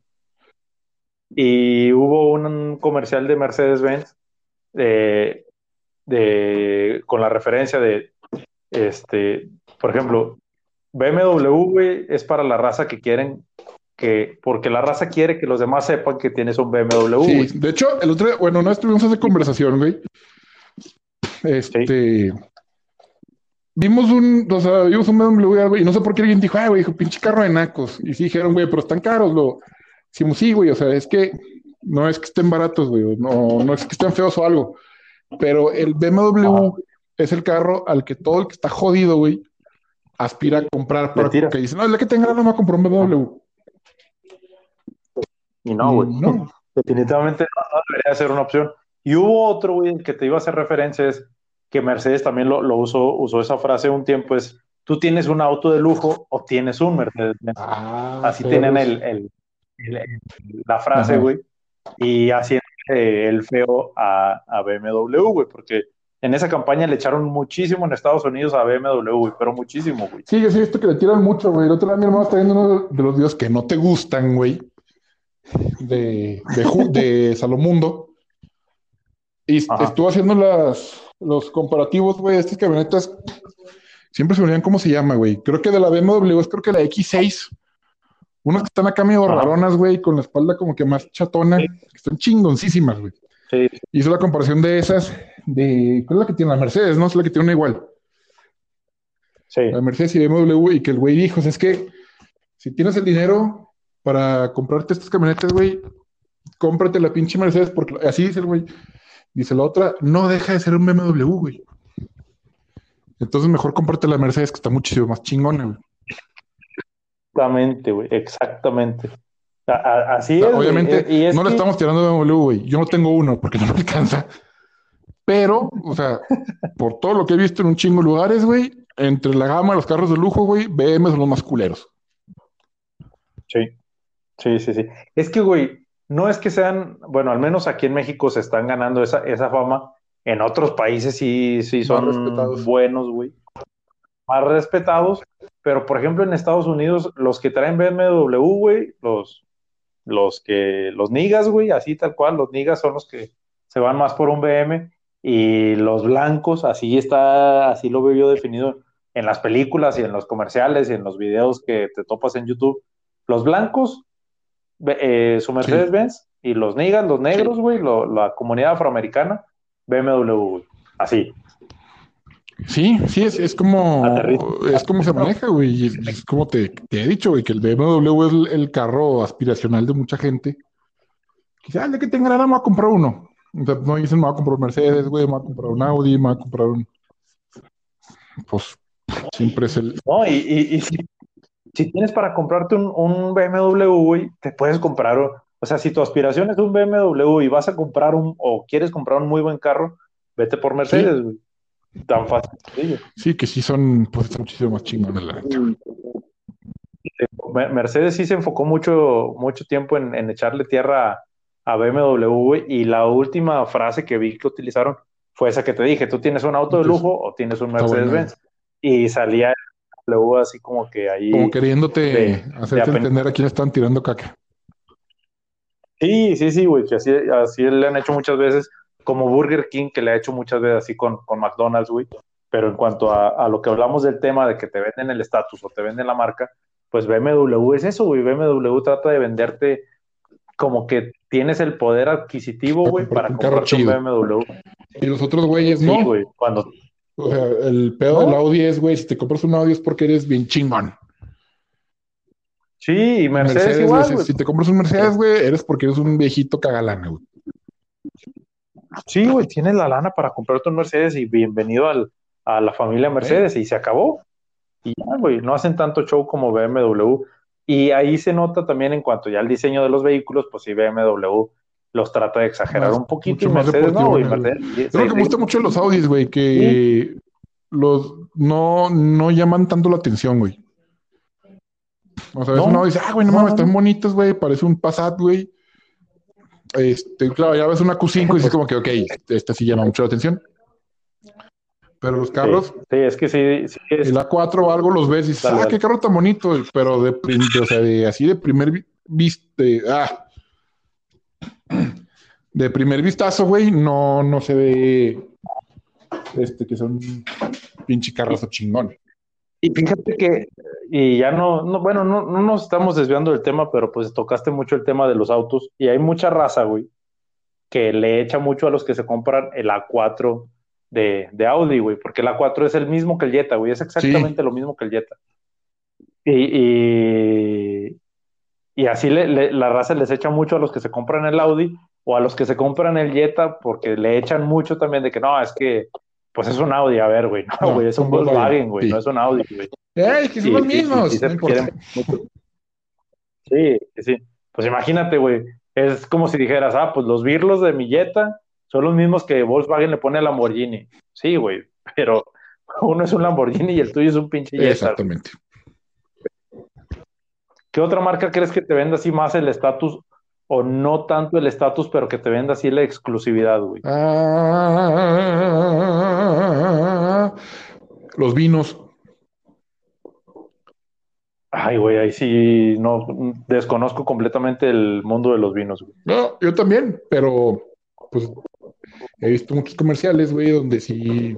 Y hubo un comercial de Mercedes-Benz de, de, con la referencia de, este, por ejemplo, B M W, güey, es para la raza que quieren que, porque la raza quiere que los demás sepan que tienes un B M W, Sí, güey. de hecho, el otro día, bueno, no estuvimos esa conversación, güey. Sí. Este. Vimos un, o sea, vimos un B M W, güey, y no sé por qué alguien dijo, ah, güey, dijo, pinche carro de nacos. Y sí dijeron, güey, pero están caros, lo. Decimos, sí, güey, o sea, es que no es que estén baratos, güey, no, no es que estén feos o algo, pero el B M W Ajá. es el carro al que todo el que está jodido, güey, aspira a comprar Le para tira. que dice, no, el que tenga no me va a comprar un B M W. Y no, Y güey. no, Definitivamente no, no debería ser una opción. Y hubo otro, güey, el que te iba a hacer referencia, es que Mercedes también lo, lo usó, usó esa frase un tiempo, es, tú tienes un auto de lujo o tienes un Mercedes. ah, Así tenían perros. el, el- el- el- la frase, Ajá. güey, y haciendo eh, el feo a, a B M W, güey, porque en esa campaña le echaron muchísimo en Estados Unidos a B M W, güey, pero muchísimo, güey. Sí, yo sí he visto que le tiran mucho, güey. El otro día mi hermano está viendo uno de los videos que no te gustan, güey, de, de, Ju- de Salomundo. Y est- Ajá, estuvo haciendo las, los comparativos, güey, de estas camionetas. Siempre se me olvidan cómo se llama, güey. Creo que de la B M W es creo que la X seis. Unas que están acá medio ajá. raronas, güey, con la espalda como que más chatona. Sí, Que están chingoncísimas, güey. sí, Hizo la comparación de esas, de. ¿Cuál es la que tiene la Mercedes? No, es la que tiene una igual. La sí. Mercedes y B M W. Y que el güey dijo, o sea, es que si tienes el dinero para comprarte estas camionetas, güey, cómprate la pinche Mercedes, porque así dice el güey. Dice la otra, no deja de ser un B M W, güey. Entonces mejor cómprate la Mercedes, que está muchísimo más chingona, güey. Exactamente, güey, exactamente. A- a- así O sea, es, güey. obviamente, E- Y es no le que, estamos tirando B M W, güey. Yo no tengo uno porque no me alcanza. Pero, o sea, por todo lo que he visto en un chingo de lugares, güey, entre la gama de los carros de lujo, güey, B M son los más culeros. sí, sí, sí, sí. Es que, güey, no es que sean, bueno, al menos aquí en México se están ganando esa, esa fama. En otros países sí, sí Más son respetados. buenos, güey, más respetados. Pero, por ejemplo, en Estados Unidos, los que traen B M W, güey, los, los que, los niggas, güey, así tal cual, los niggas son los que se van más por un B M y los blancos, así está, así lo veo yo definido en las películas y en los comerciales y en los videos que te topas en YouTube. Los blancos, eh, su Sí. Mercedes-Benz y los niggas, los negros, güey, lo- la comunidad afroamericana, B M W, güey, así, Sí, sí, es, es como aterriza. es como se maneja, güey. Y Es, es como te, te he dicho, güey, que el B M W es el, el carro aspiracional de mucha gente. Quizás de que tenga lana me voy a comprar uno. O sea, no dicen me voy a comprar un Mercedes, güey, me voy a comprar un Audi, me voy a comprar un. Pues siempre es el. ¿No? Y, y, y si si tienes para comprarte un, un B M W, güey, te puedes comprar, o, o sea, si tu aspiración es un B M W y vas a comprar un, o quieres comprar un muy buen carro, vete por Mercedes, Sí, güey. Tan fácil. sencillo. sí, que sí son, pues están muchísimo más chingones, la neta. Me- Mercedes sí se enfocó mucho, mucho tiempo en, en echarle tierra a, a B M W, güey, y la última frase que vi que utilizaron fue esa que te dije, tú tienes un auto de Entonces, lujo o tienes un está buena. Mercedes-Benz. Y salía el B M W así como que Como ahí queriéndote de, de hacerte apenas. entender a quién están tirando caca. Sí, sí, sí, güey, que así, así le han hecho muchas veces como Burger King, que le ha hecho muchas veces así con, con McDonald's, güey. Pero en cuanto a, a lo que hablamos del tema de que te venden el estatus o te venden la marca, pues B M W es eso, güey. B M W trata de venderte como que tienes el poder adquisitivo, Para güey, para comprarte un carro comprarte un chido. B M W. Y los otros güeyes Sí, no. güey, cuando... O sea, el pedo ¿No? del Audi es, güey, si te compras un Audi es porque eres bien chingón. Sí, y Mercedes, Mercedes, igual, güey, güey. si te compras un Mercedes, güey, eres porque eres un viejito cagalana, güey. Sí, güey, tienes la lana para comprarte un Mercedes y bienvenido al, a la familia Mercedes y se acabó. Y ya, güey, no hacen tanto show como B M W. Y ahí se nota también en cuanto ya al diseño de los vehículos, pues sí, B M W los trata de exagerar Más, un poquito mucho y más Mercedes no, güey. deportivones, güey. Mercedes, Es lo que me gusta mucho de los Audis, güey, sí, que los no, no llaman tanto la atención, güey. O sea, ves un no, Audi y dices, ah, güey, no no, mames, no, están no. bonitos, güey, parece un Passat, güey. Este, claro, ya ves una Q cinco y dices como que, ok, esta sí llama mucho la atención. Pero los Sí, carros, sí, es que sí, sí es, el A cuatro o algo los ves y dices, dale, ah, dale. qué carro tan bonito, güey, pero de, prim- de- o sea, de así de primer vi- viste, ah, de primer vistazo, güey, no, no se ve este que son pinche carrazo chingón. Y fíjate que, y ya no, no bueno, no, no nos estamos desviando del tema, pero pues tocaste mucho el tema de los autos y hay mucha raza, güey, que le echa mucho a los que se compran el A cuatro de, de Audi, güey, porque el A cuatro es el mismo que el Jetta, güey, es exactamente Sí, lo mismo que el Jetta. Y, y, y así le, le- la raza les echa mucho a los que se compran el Audi o a los que se compran el Jetta porque le echan mucho también de que no, es que pues es un Audi, a ver, güey, no, güey, no, es son un Volkswagen, Volkswagen, güey, no sí. es un Audi, güey. ¡Ey, que son Y los sí, y sí mismos! No se importa. quieren mucho. Sí, sí, sí. Pues imagínate, güey. Es como si dijeras, ah, pues los birlos de mi Jetta son los mismos que Volkswagen le pone a Lamborghini. Sí, güey, pero uno es un Lamborghini y el tuyo es un pinche Jetta, güey. Exactamente. ¿Qué otra marca crees que te venda así más el estatus o no tanto el estatus, pero que te venda así la exclusividad, güey? Ah, los vinos. Ay, güey, ahí sí no desconozco completamente el mundo de los vinos, güey. No, yo también, pero pues he visto muchos comerciales, güey, donde sí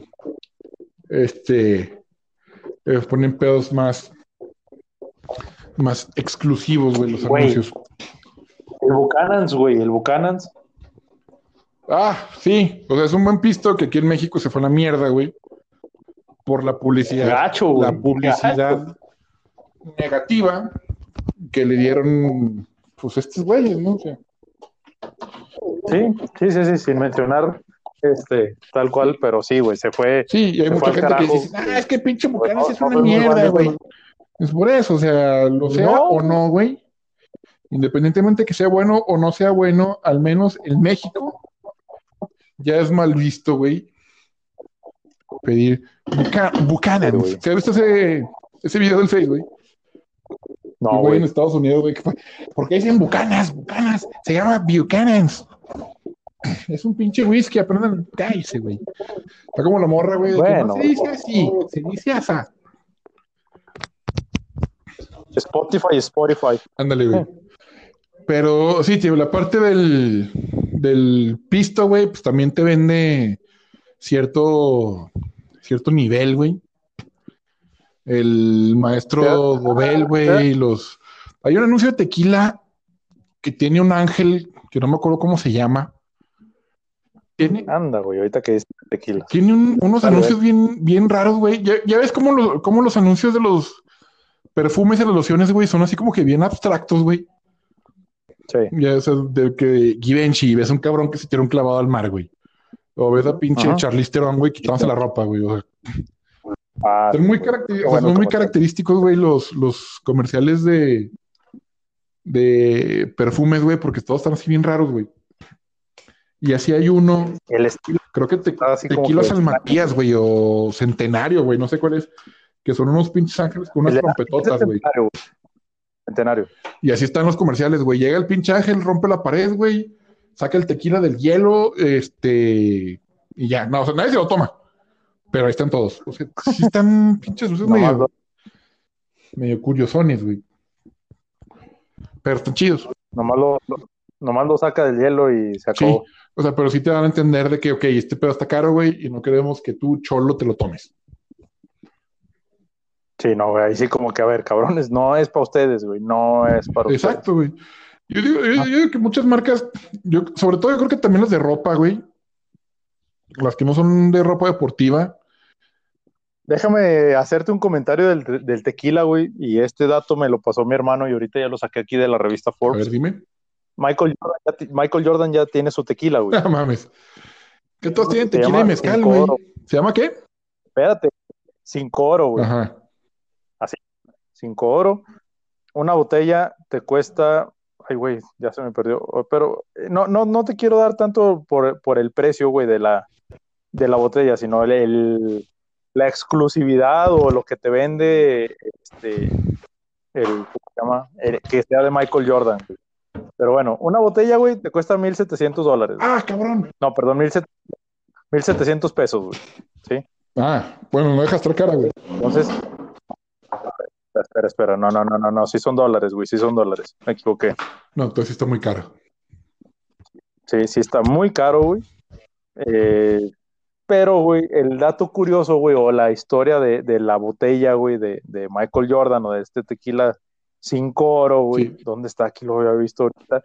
este eh, ponen pedos más, más exclusivos, güey, los Güey, anuncios. el Buchanan's, güey, el Buchanan's. Ah, sí, o sea, es un buen pisto que aquí en México se fue a la mierda, güey, por la publicidad. Gacho, güey. La publicidad Gacho. negativa que le dieron, pues, estos güeyes, ¿no? O sea, Sí, sí, sí, sí, sin mencionar este, tal cual, pero sí, güey, se fue, sí, y hay se mucha fue al gente que carajo. dice, ah, es que pinche Pues Bucanas no, es no una soy muy fan mierda, de güey. esos- Es por eso, o sea, lo sea No. o no, güey. Independientemente que sea bueno o no sea bueno, al menos en México ya es mal visto, güey, pedir Buca- Buchanan's. güey. ¿Se ha visto ese, ese video del Face, güey? No, El güey en güey. Estados Unidos, güey, que fue, ¿por qué dicen Bucanas? Bucanas, se llama Buchanan's. Es un pinche whisky, aprendan, cállese, güey. Está como la morra, güey, de que Bueno, no se dice así, se dice asá. Spotify, Spotify. Ándale, güey. Pero sí, tío, la parte del, del pisto, güey, pues también te vende cierto, cierto nivel, güey. El maestro Gobel, güey, los... Hay un anuncio de tequila que tiene un ángel, que no me acuerdo cómo se llama. Tiene, Anda, güey, ahorita que es tequila. tiene un- unos Dale, anuncios dale. bien, bien raros, güey. Ya, ya ves cómo, lo- cómo los anuncios de los perfumes y las lociones, güey, son así como que bien abstractos, güey. Sí. Ya, o sea, de que Givenchy, ves un cabrón que se tira un clavado al mar, güey. O ves a pinche Ajá. Charlize Theron, güey, quitándose la ropa, güey. O sea, Ah, son muy, güey. caracter- Qué o sea, bueno son muy comercial. característicos, güey, los, los comerciales de, de perfumes, güey, porque todos están así bien raros, güey. Y así hay uno, El estilo creo que te, está así como Tequila que San Matías, güey, o Centenario, güey, no sé cuál es, que son unos pinches ángeles con unas el- trompetotas, ese güey. centenario, güey. Centenario. Y así están los comerciales, güey. Llega el pinche ángel, rompe la pared, güey, saca el tequila del hielo, este, y ya. No, o sea, nadie se lo toma. Pero ahí están todos. O sea, sí están pinches luces Nomás medio, lo- medio curiosones, güey. Pero están chidos. Nomás lo, lo- Nomás lo saca del hielo y se Sí, acabó. o sea, pero sí te dan a entender de que, ok, este pedo está caro, güey, y no queremos que tú, cholo, te lo tomes. Sí, no, güey, ahí sí como que, a ver, cabrones, no es para ustedes, güey, no es para ustedes. Exacto, güey. Yo digo, yo, yo digo que muchas marcas, yo, sobre todo yo creo que también las de ropa, güey, las que no son de ropa deportiva. Déjame hacerte un comentario del, del tequila, güey, y este dato me lo pasó mi hermano y ahorita ya lo saqué aquí de la revista A ver, Forbes. dime. Michael Jordan ya, ti- Michael Jordan ya tiene su tequila, güey. No mames. Que todos tienen Se tequila y llama mezcal, Cinco güey. Oro. ¿Se llama qué? Espérate, Cinco Oro, güey. Ajá. Así, Cinco Oro. Una botella te cuesta, ay, güey, ya se me perdió, pero eh, no, no, no te quiero dar tanto por, por el precio, güey, de la, de la botella, sino el, el- la exclusividad o lo que te vende, este, el, ¿cómo se llama? El- que sea de Michael Jordan, güey. Pero bueno, una botella, güey, te cuesta mil setecientos dólares, güey. Ah, cabrón. No, perdón, mil setecientos pesos, güey. ¿Sí? Ah, bueno, no dejas estar cara, güey. Entonces, espera, espera, no, no, no, no, no, sí son dólares, güey, sí son dólares, me equivoqué. No, entonces sí está muy caro. Sí, sí está muy caro, güey. Eh, pero, güey, el dato curioso, güey, o la historia de, de la botella, güey, de, de Michael Jordan o de este tequila cinco oro, güey, Sí. ¿dónde está? Aquí lo había visto ahorita.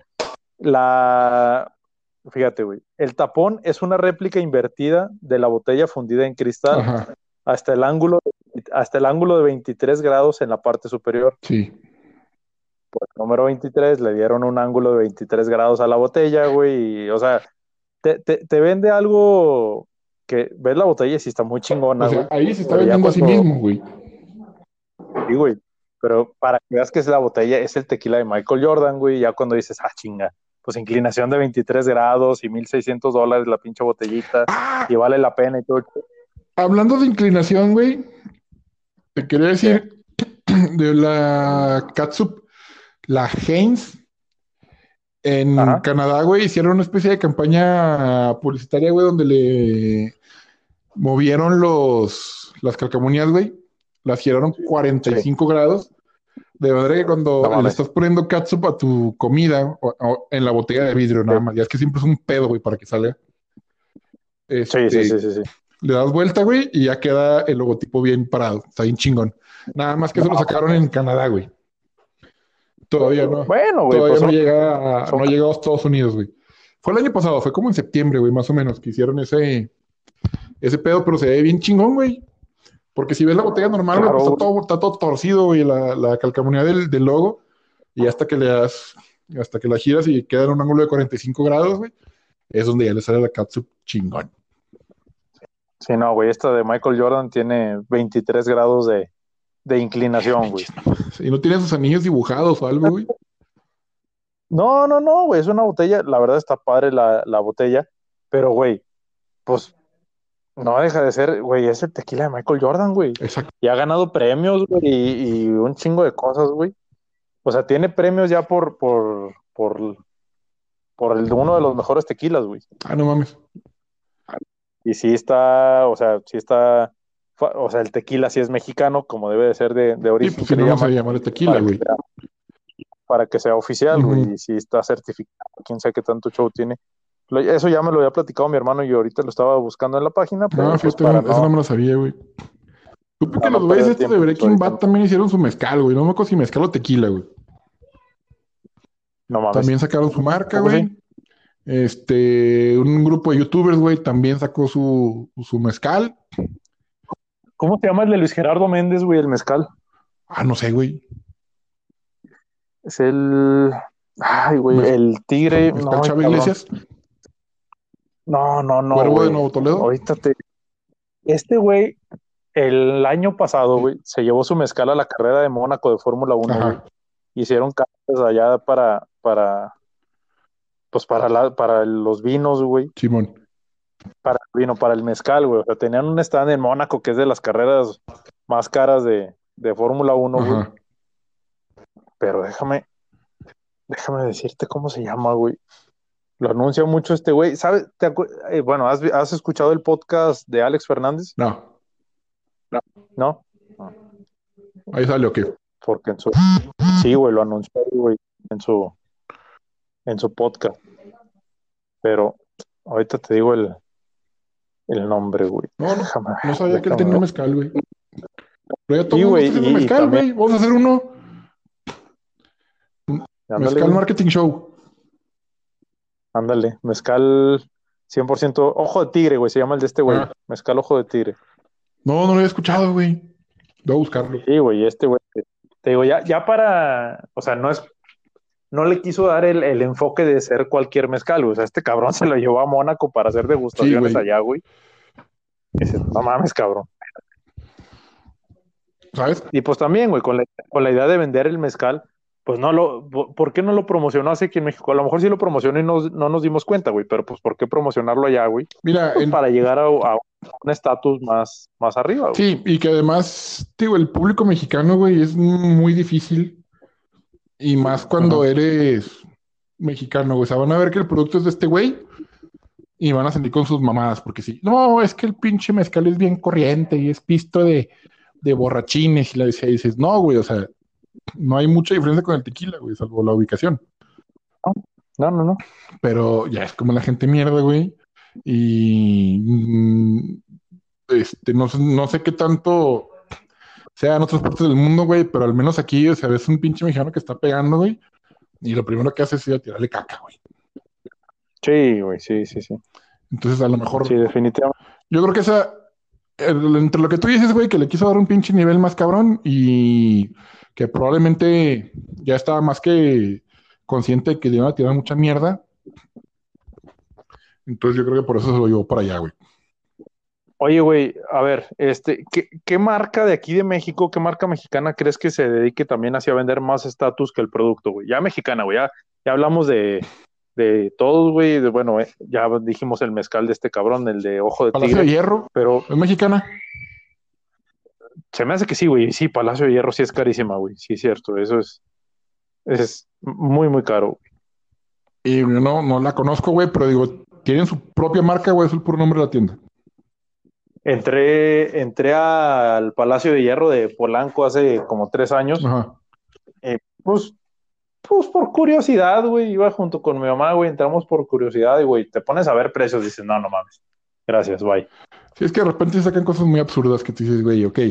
La, fíjate, güey, el tapón es una réplica invertida de la botella fundida en cristal Ajá. hasta el ángulo, hasta el ángulo de veintitrés grados en la parte superior. Sí. Pues, número veintitrés, le dieron un ángulo de veintitrés grados a la botella, güey, y, o sea, te, te, te vende algo que ves la botella y sí está muy chingona, O sea, güey, ahí se está pero ya vendiendo a sí cuando, mismo, güey. sí, güey, pero para que veas que es la botella, es el tequila de Michael Jordan, güey, ya cuando dices, ah, chinga, pues inclinación de veintitrés grados y mil seiscientos dólares la pinche botellita, Ah, y vale la pena y todo. hablando de inclinación, güey, te quería ¿Qué? decir de la catsup, la Heinz. En Ajá, Canadá, güey, hicieron una especie de campaña publicitaria, güey, donde le movieron los, las calcamonías, güey, las giraron cuarenta y sí, cinco grados, de manera que no cuando le mames, estás poniendo catsup a tu comida, o, o en la botella de vidrio sí, nada más, ya es que siempre es un pedo, güey, para que salga, sí, sí, sí, este, sí, sí. le das vuelta, güey, y ya queda el logotipo bien parado, está bien chingón. Nada más que No, eso lo sacaron en Canadá, güey. Todavía no, bueno, güey, todavía pues no son, llega a, son no ha llegado a Estados Unidos, güey. Fue el año pasado, fue como en septiembre, güey, más o menos, que hicieron ese, ese pedo, pero se ve bien chingón, güey. Porque si ves la botella normal, güey, pues claro, está güey. todo, está todo torcido, güey, la, la calcamonía del, del logo. Y hasta que le das, hasta que la giras y queda en un ángulo de cuarenta y cinco grados, güey, es donde ya le sale la catsup chingón. Sí, no, güey, esta de Michael Jordan tiene veintitrés grados de, de inclinación, güey. Y no tiene sus anillos dibujados o algo, güey. No, no, no, güey, es una botella, la verdad está padre la, la botella, pero, güey, pues no deja de ser, güey, es el tequila de Michael Jordan, güey. Exacto. Y ha ganado premios, güey, y, y un chingo de cosas, güey. O sea, tiene premios ya por, por, por, por el, uno de los mejores tequilas, güey. Ah, no mames. Y sí está, o sea, sí está, fa- o sea, el tequila sí es mexicano, como debe de ser de, de Sí, origen pues si que le no, no se llaman, llama tequila, para que güey. sea, para que sea oficial, güey, Ujú. y si está certificado, quién sabe qué tanto show tiene. Lo- Eso ya me lo había platicado mi hermano y ahorita lo estaba buscando en la página, No, pero pues fíjate, para eso, eso no no, me lo sabía, güey. Supe que para los no güeyes perder estos de tiempo, pues Breaking ahorita Bad no, también hicieron su mezcal, güey. No me acuerdo si mezcal o tequila, güey. no mames. También sacaron su marca, ¿Poco sí? güey. Este, un grupo de youtubers, güey, también sacó su, su mezcal. ¿Cómo se llama el de Luis Gerardo Méndez, güey, el mezcal? Ah, no sé, güey. Es el, ay, güey, Mez- el tigre, mezcal no, Chava cabrón. Iglesias, No, no, no, Cuervo de güey. Nuevo Toledo. Ahorita te, este güey, el año pasado, güey, se llevó su mezcal a la carrera de Mónaco de Fórmula Uno, güey. Ajá, Hicieron carreras allá para, para, pues para la, para los vinos, güey. Simón. Para el vino, para el mezcal, güey. O sea, tenían un stand en Mónaco que es de las carreras más caras de, de Fórmula Uno, güey. Ajá. Pero déjame, déjame decirte cómo se llama, güey. Lo anuncia mucho este güey. ¿Sabes? Te acu- eh, bueno, ¿has, vi- has escuchado el podcast de Alex Fernández? No, ¿No? No, ahí sale, ok. porque en su... Sí, güey, lo anunció, güey, en su... en su podcast. Pero ahorita te digo el, el nombre, güey. No, no, Déjame ver, no sabía que él déjame tenía un ver. mezcal, güey. Pero ya todo Sí, el mundo güey, está haciendo y, y mezcal, también, güey. Vamos a hacer uno. ándale, Mezcal güey, Marketing Show. ándale, mezcal cien por ciento, ojo de tigre, güey, se llama el de este güey, Ah, mezcal ojo de tigre. no, no lo había escuchado, güey. Voy a buscarlo. Sí, güey, este güey, te digo, ya, ya para, o sea, no es, no le quiso dar el, el enfoque de ser cualquier mezcal, güey. O sea, este cabrón se lo llevó a Mónaco para hacer Sí, degustaciones güey. allá, güey. Y dices, no mames, cabrón. ¿Sabes? Y pues también, güey, con la, con la idea de vender el mezcal, pues no lo, ¿por qué no lo promocionó así aquí en México? A lo mejor sí lo promocionó y no, no nos dimos cuenta, güey, pero pues ¿por qué promocionarlo allá, güey? Mira, Pues en- para llegar a, a un estatus más, más arriba, güey. sí, y que además, digo, el público mexicano, güey, es muy difícil. Y más cuando Ujú. eres mexicano, güey. O sea, van a ver que el producto es de este güey y van a sentir con sus mamadas, porque sí. No, es que el pinche mezcal es bien corriente y es pisto de, de borrachines. Y la dice- dices, no, güey, o sea, no hay mucha diferencia con el tequila, güey, salvo la ubicación. No, no, no. Pero ya es como la gente mierda, güey. Y mm, este, no, sé- no sé qué tanto sea en otras partes del mundo, güey, pero al menos aquí, o sea, ves un pinche mexicano que está pegando, güey, y lo primero que hace es ir a tirarle caca, güey. Sí, güey, sí, sí, sí. Entonces, a lo Sí, mejor, definitivamente. yo creo que esa, el- entre lo que tú dices, güey, que le quiso dar un pinche nivel más cabrón y que probablemente ya estaba más que consciente de que le iban a tirar mucha mierda. Entonces, yo creo que por eso se lo llevó para allá, güey. Oye, güey, a ver, este, ¿qué, qué marca de aquí de México, qué marca mexicana crees que se dedique también hacia vender más estatus que el producto, güey? Ya mexicana, güey, ya, ya hablamos de, de todos, güey, de, bueno, eh, ya dijimos el mezcal de este cabrón, el de ojo de Palacio de tigre, Hierro, pero es mexicana. se me hace que sí, güey, sí, Palacio de Hierro sí es carísima, güey, sí es cierto, eso es, es muy, muy caro. Y yo no, no la conozco, güey, pero digo, tienen su propia marca, güey, es el puro nombre de la tienda. Entré, entré al Palacio de Hierro de Polanco hace como tres años, Ajá. eh, pues Pues por curiosidad, güey, iba junto con mi mamá, güey, entramos por curiosidad y, güey, te pones a ver precios, dices, no, no mames, gracias, bye. Sí, es que de repente sacan cosas muy absurdas que tú dices, güey, ok.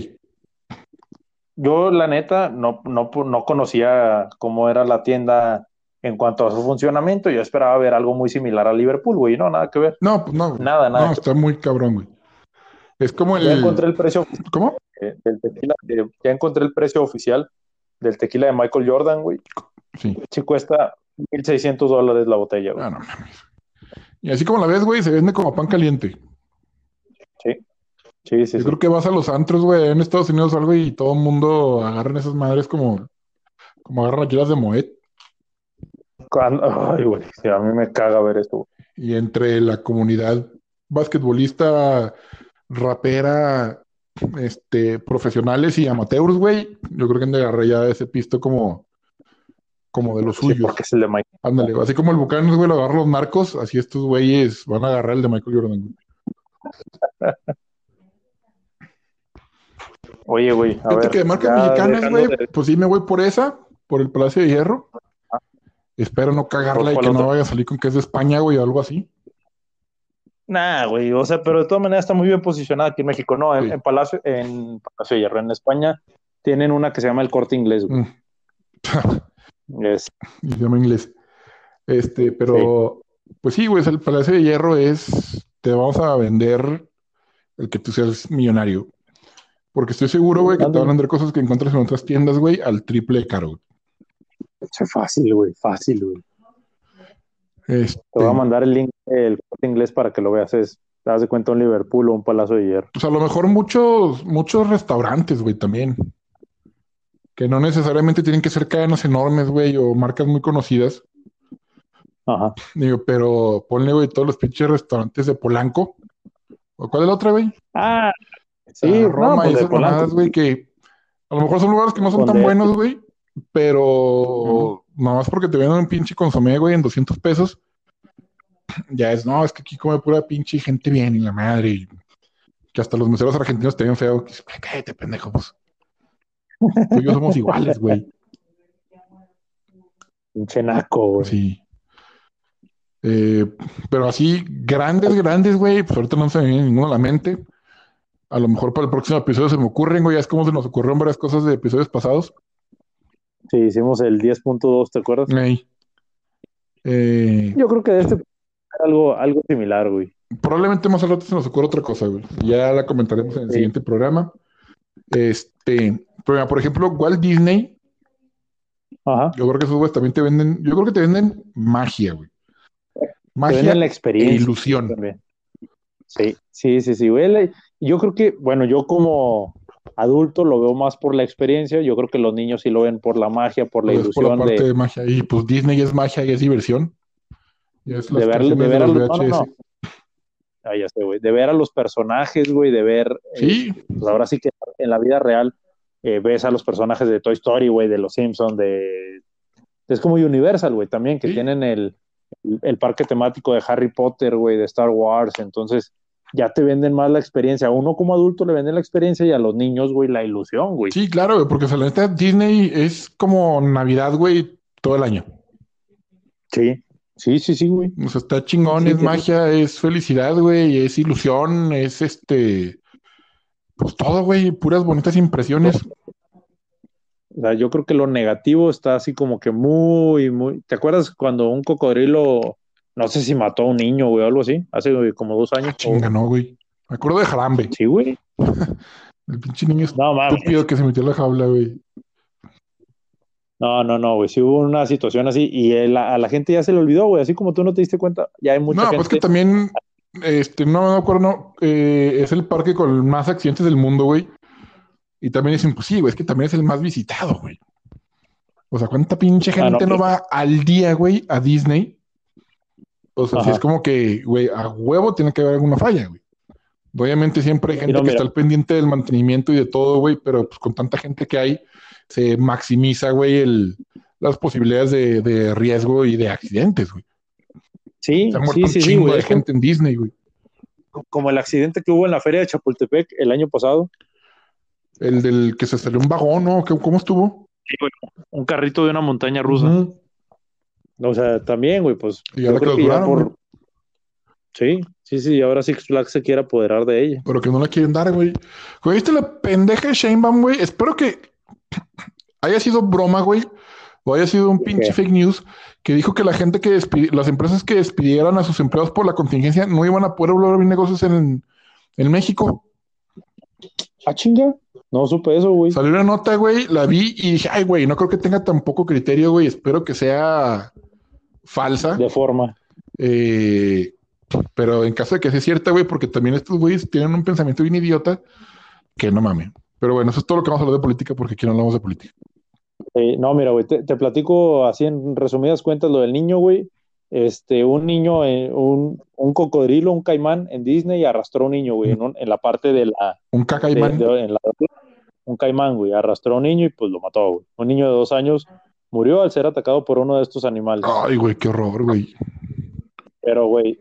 Yo, la neta, no, no, no conocía cómo era la tienda en cuanto a su funcionamiento, yo esperaba ver algo muy similar a Liverpool, güey, no, nada que ver, No, pues no, güey. nada, nada No, que está muy cabrón, güey. Es como ver. Ya encontré el... el precio ¿Cómo? eh, del tequila, eh, ya encontré el precio oficial del tequila de Michael Jordan, güey, Sí. sí cuesta mil seiscientos dólares la botella, güey, Ah, no mames. Y así como la ves, güey, se vende como pan caliente. sí, sí, sí, Yo creo sí. que vas a los antros, güey, en Estados Unidos o algo y todo el mundo agarran esas madres como, como agarran las chelas de Moet. Cuando- ay, güey, sí, a mí me caga ver esto, güey. Y entre la comunidad basquetbolista, rapera, este, profesionales y amateurs, güey, yo creo que han de agarrar ya ese pisto como, como de los Sí, suyos. porque es el de Mike. Ándale, así como el Bucanas, güey, lo agarran los narcos, así estos güeyes van a agarrar el de Michael Jordan, güey. Oye, güey, a Fíjate ver, que de marcas ya mexicanas, dejando güey, de... pues sí me voy por esa, por el Palacio de Hierro. Espero no ¿Por cagarla y cuál que no otro? vaya a salir con que es de España, güey, o algo así. Nah, güey, o sea, pero de todas maneras está muy bien posicionada aquí en México. No, en, Sí. en Palacio, en Palacio de Hierro, en España, tienen una que se llama el Corte Inglés, güey. Mm. Es, Y se llama inglés. Este, sí, pero, pues sí, güey, el Palacio de Hierro es, te vamos a vender el que tú seas millonario. Porque estoy seguro, güey, que te van a ándale. vender cosas que encuentras en otras tiendas, güey, al triple de caro, güey. Es fácil, güey, fácil, güey. Te voy a Este, mandar el link del Corte Inglés para que lo veas. Es, te das de cuenta un Liverpool o un Palacio de Hierro. pues a lo mejor muchos, muchos restaurantes, güey, también. Que no necesariamente tienen que ser cadenas enormes, güey, o marcas muy conocidas. Ajá. Digo, pero ponle, güey, todos los pinches restaurantes de Polanco. ¿O cuál es la otra, güey? Ah, sí, A no, Roma y pues de esas Polanco. mamadas, güey, que a lo mejor son lugares que no son tan Donde, buenos, güey, ujú. pero nada más porque te venden un pinche consomé, güey, en doscientos pesos, ya es, no, es que aquí come pura pinche gente bien y la madre, y que hasta los meseros argentinos te ven feo. Que dices, cállate, pendejo, pues. Tú y yo somos iguales, güey. Pinche naco, güey. Sí. Eh, pero así, grandes, grandes, güey, pues ahorita no se me viene ninguno a la mente. A lo mejor para el próximo episodio se me ocurren, güey, ya es como se nos ocurrieron varias cosas de episodios pasados. Sí, hicimos el diez punto dos, ¿te acuerdas? Ey. Eh, Yo creo que de este algo, algo similar, güey. Probablemente más al rato se nos ocurra otra cosa, güey. Ya la comentaremos en el Sí. siguiente programa. Este, pero, por ejemplo, Walt Disney, Ajá. yo creo que esos güeyes también te venden, yo creo que te venden magia, güey. Te Magia venden la e experiencia ilusión. también. Sí, sí, sí, sí, güey. La- Yo creo que, bueno, yo como adulto lo veo más por la experiencia. Yo creo que los niños sí lo ven por la magia, por la Lo ves por la ilusión parte de, de magia. Y pues Disney es magia y es diversión. Ya es de las ver, de canciones de ver a los los, no, no, V H S. no. Ah, ya sé, güey. De ver a los personajes, güey, de ver, Sí, eh, pues ahora sí que en la vida real eh, ves a los personajes de Toy Story, güey, de los Simpsons, de... Es como Universal, güey, también, que sí. tienen el, el, el parque temático de Harry Potter, güey, de Star Wars, entonces ya te venden más la experiencia. A uno como adulto le venden la experiencia y a los niños, güey, la ilusión, güey. Sí, claro, güey, porque o sea, la neta Disney es como Navidad, güey, todo el año. Sí, sí, sí, sí, güey. O sea, está chingón, Sí, es tiene- magia, es felicidad, güey, es ilusión, es este, pues todo, güey, puras bonitas impresiones. o sea, yo creo que lo negativo está así como que muy, muy... ¿Te acuerdas cuando un cocodrilo, no sé si mató a un niño, güey, o algo así? Hace güey, como dos años. Ah, chinga, o- no, güey. Me acuerdo de Jarambe, Sí, güey. el pinche niño No, mames. estúpido que se metió en la jaula, güey. No, no, no, güey. Sí hubo una situación así y el- a la gente ya se le olvidó, güey. Así como tú no te diste cuenta, ya hay mucha No, pues que gente. también, este, no me acuerdo, no, eh, es el parque con más accidentes del mundo, güey. Y también es imposible, güey, es que también es el más visitado, güey. O sea, ¿cuánta pinche Ah, no, gente no pero- va al día, güey, a Disney? O sea, si Ajá. es como que, güey, a huevo tiene que haber alguna falla, güey. Obviamente siempre hay Y gente no, que mira. está al pendiente del mantenimiento y de todo, güey, pero pues con tanta gente que hay, se maximiza, güey, el, las posibilidades de, de riesgo y de accidentes, güey. Sí, Se ha muerto sí, un sí, sí, chingo güey. de Es como, gente en Disney, güey. como el accidente que hubo en la feria de Chapultepec el año pasado. El del que se salió un vagón, ¿no? ¿Qué- ¿Cómo estuvo? Sí, güey. Un carrito de una montaña rusa. Ujú. O sea, también, güey, pues Y yo ahora que creo lo que ya duraron, por... güey. Sí, sí, sí, ahora Six Flags se quiere apoderar de ella. Pero que no la quieren dar, güey. Güey, ¿viste la pendeja de Sheinbaum, güey? Espero que haya sido broma, güey, o haya sido un pinche ¿Qué? fake news que dijo que la gente que despidi- las empresas que despidieran a sus empleados por la contingencia no iban a poder volver a abrir negocios en, en México. Ah, chinga. No supe eso, güey. Salió una nota, güey, la vi y dije, ay, güey, no creo que tenga tan poco criterio, güey, espero que sea falsa. De forma. Eh, pero en caso de que sea cierta, güey, porque también estos güeyes tienen un pensamiento bien idiota que no mames. Pero bueno, eso es todo lo que vamos a hablar de política porque aquí no hablamos de política. Eh, no, mira, güey, te, te platico así en resumidas cuentas lo del niño, güey. Este, un niño, eh, un, un cocodrilo, un caimán en Disney arrastró a un niño, güey, en, un- en la parte de la, Un de- cacaimán. de- en la- un caimán, güey, arrastró a un niño y pues lo mató, güey. Un niño de dos años murió al ser atacado por uno de estos animales. Ay, güey, qué horror, güey. Pero, güey,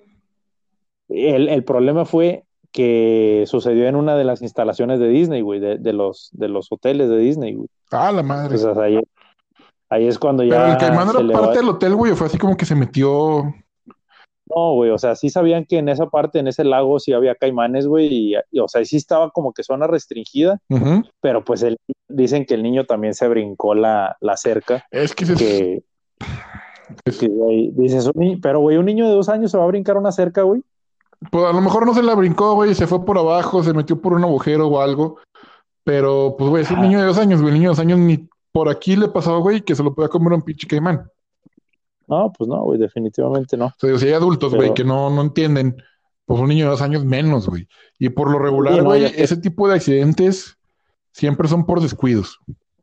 el, el problema fue que sucedió en una de las instalaciones de Disney, güey, de, de los, de los hoteles de Disney, güey. Ah, la madre. Entonces ahí, ahí es cuando Pero ya el caimán se era le parte va- del hotel, güey, o fue así como que se metió. No, güey, o sea, sí sabían que en esa parte, en ese lago, sí había caimanes, güey, y, y, o sea, sí estaba como que zona restringida, Ujú. pero pues el- dicen que el niño también se brincó la, la cerca, Es que se... que, es- que, güey, dices, un ni- pero, güey, un niño de dos años se va a brincar una cerca, güey. pues a lo mejor no se la brincó, güey, se fue por abajo, se metió por un agujero o algo. Pero, pues, güey, es un Ah. niño de dos años, güey. El niño de dos años ni por aquí le pasaba, güey, que se lo podía comer un pinche caimán. No, pues no, güey, definitivamente no. O sea, digo, si hay adultos, güey, Pero- que no, no entienden, pues un niño de dos años menos, güey. Y por lo Sí, regular, no, güey, ya sé. ese tipo de accidentes siempre son por descuidos.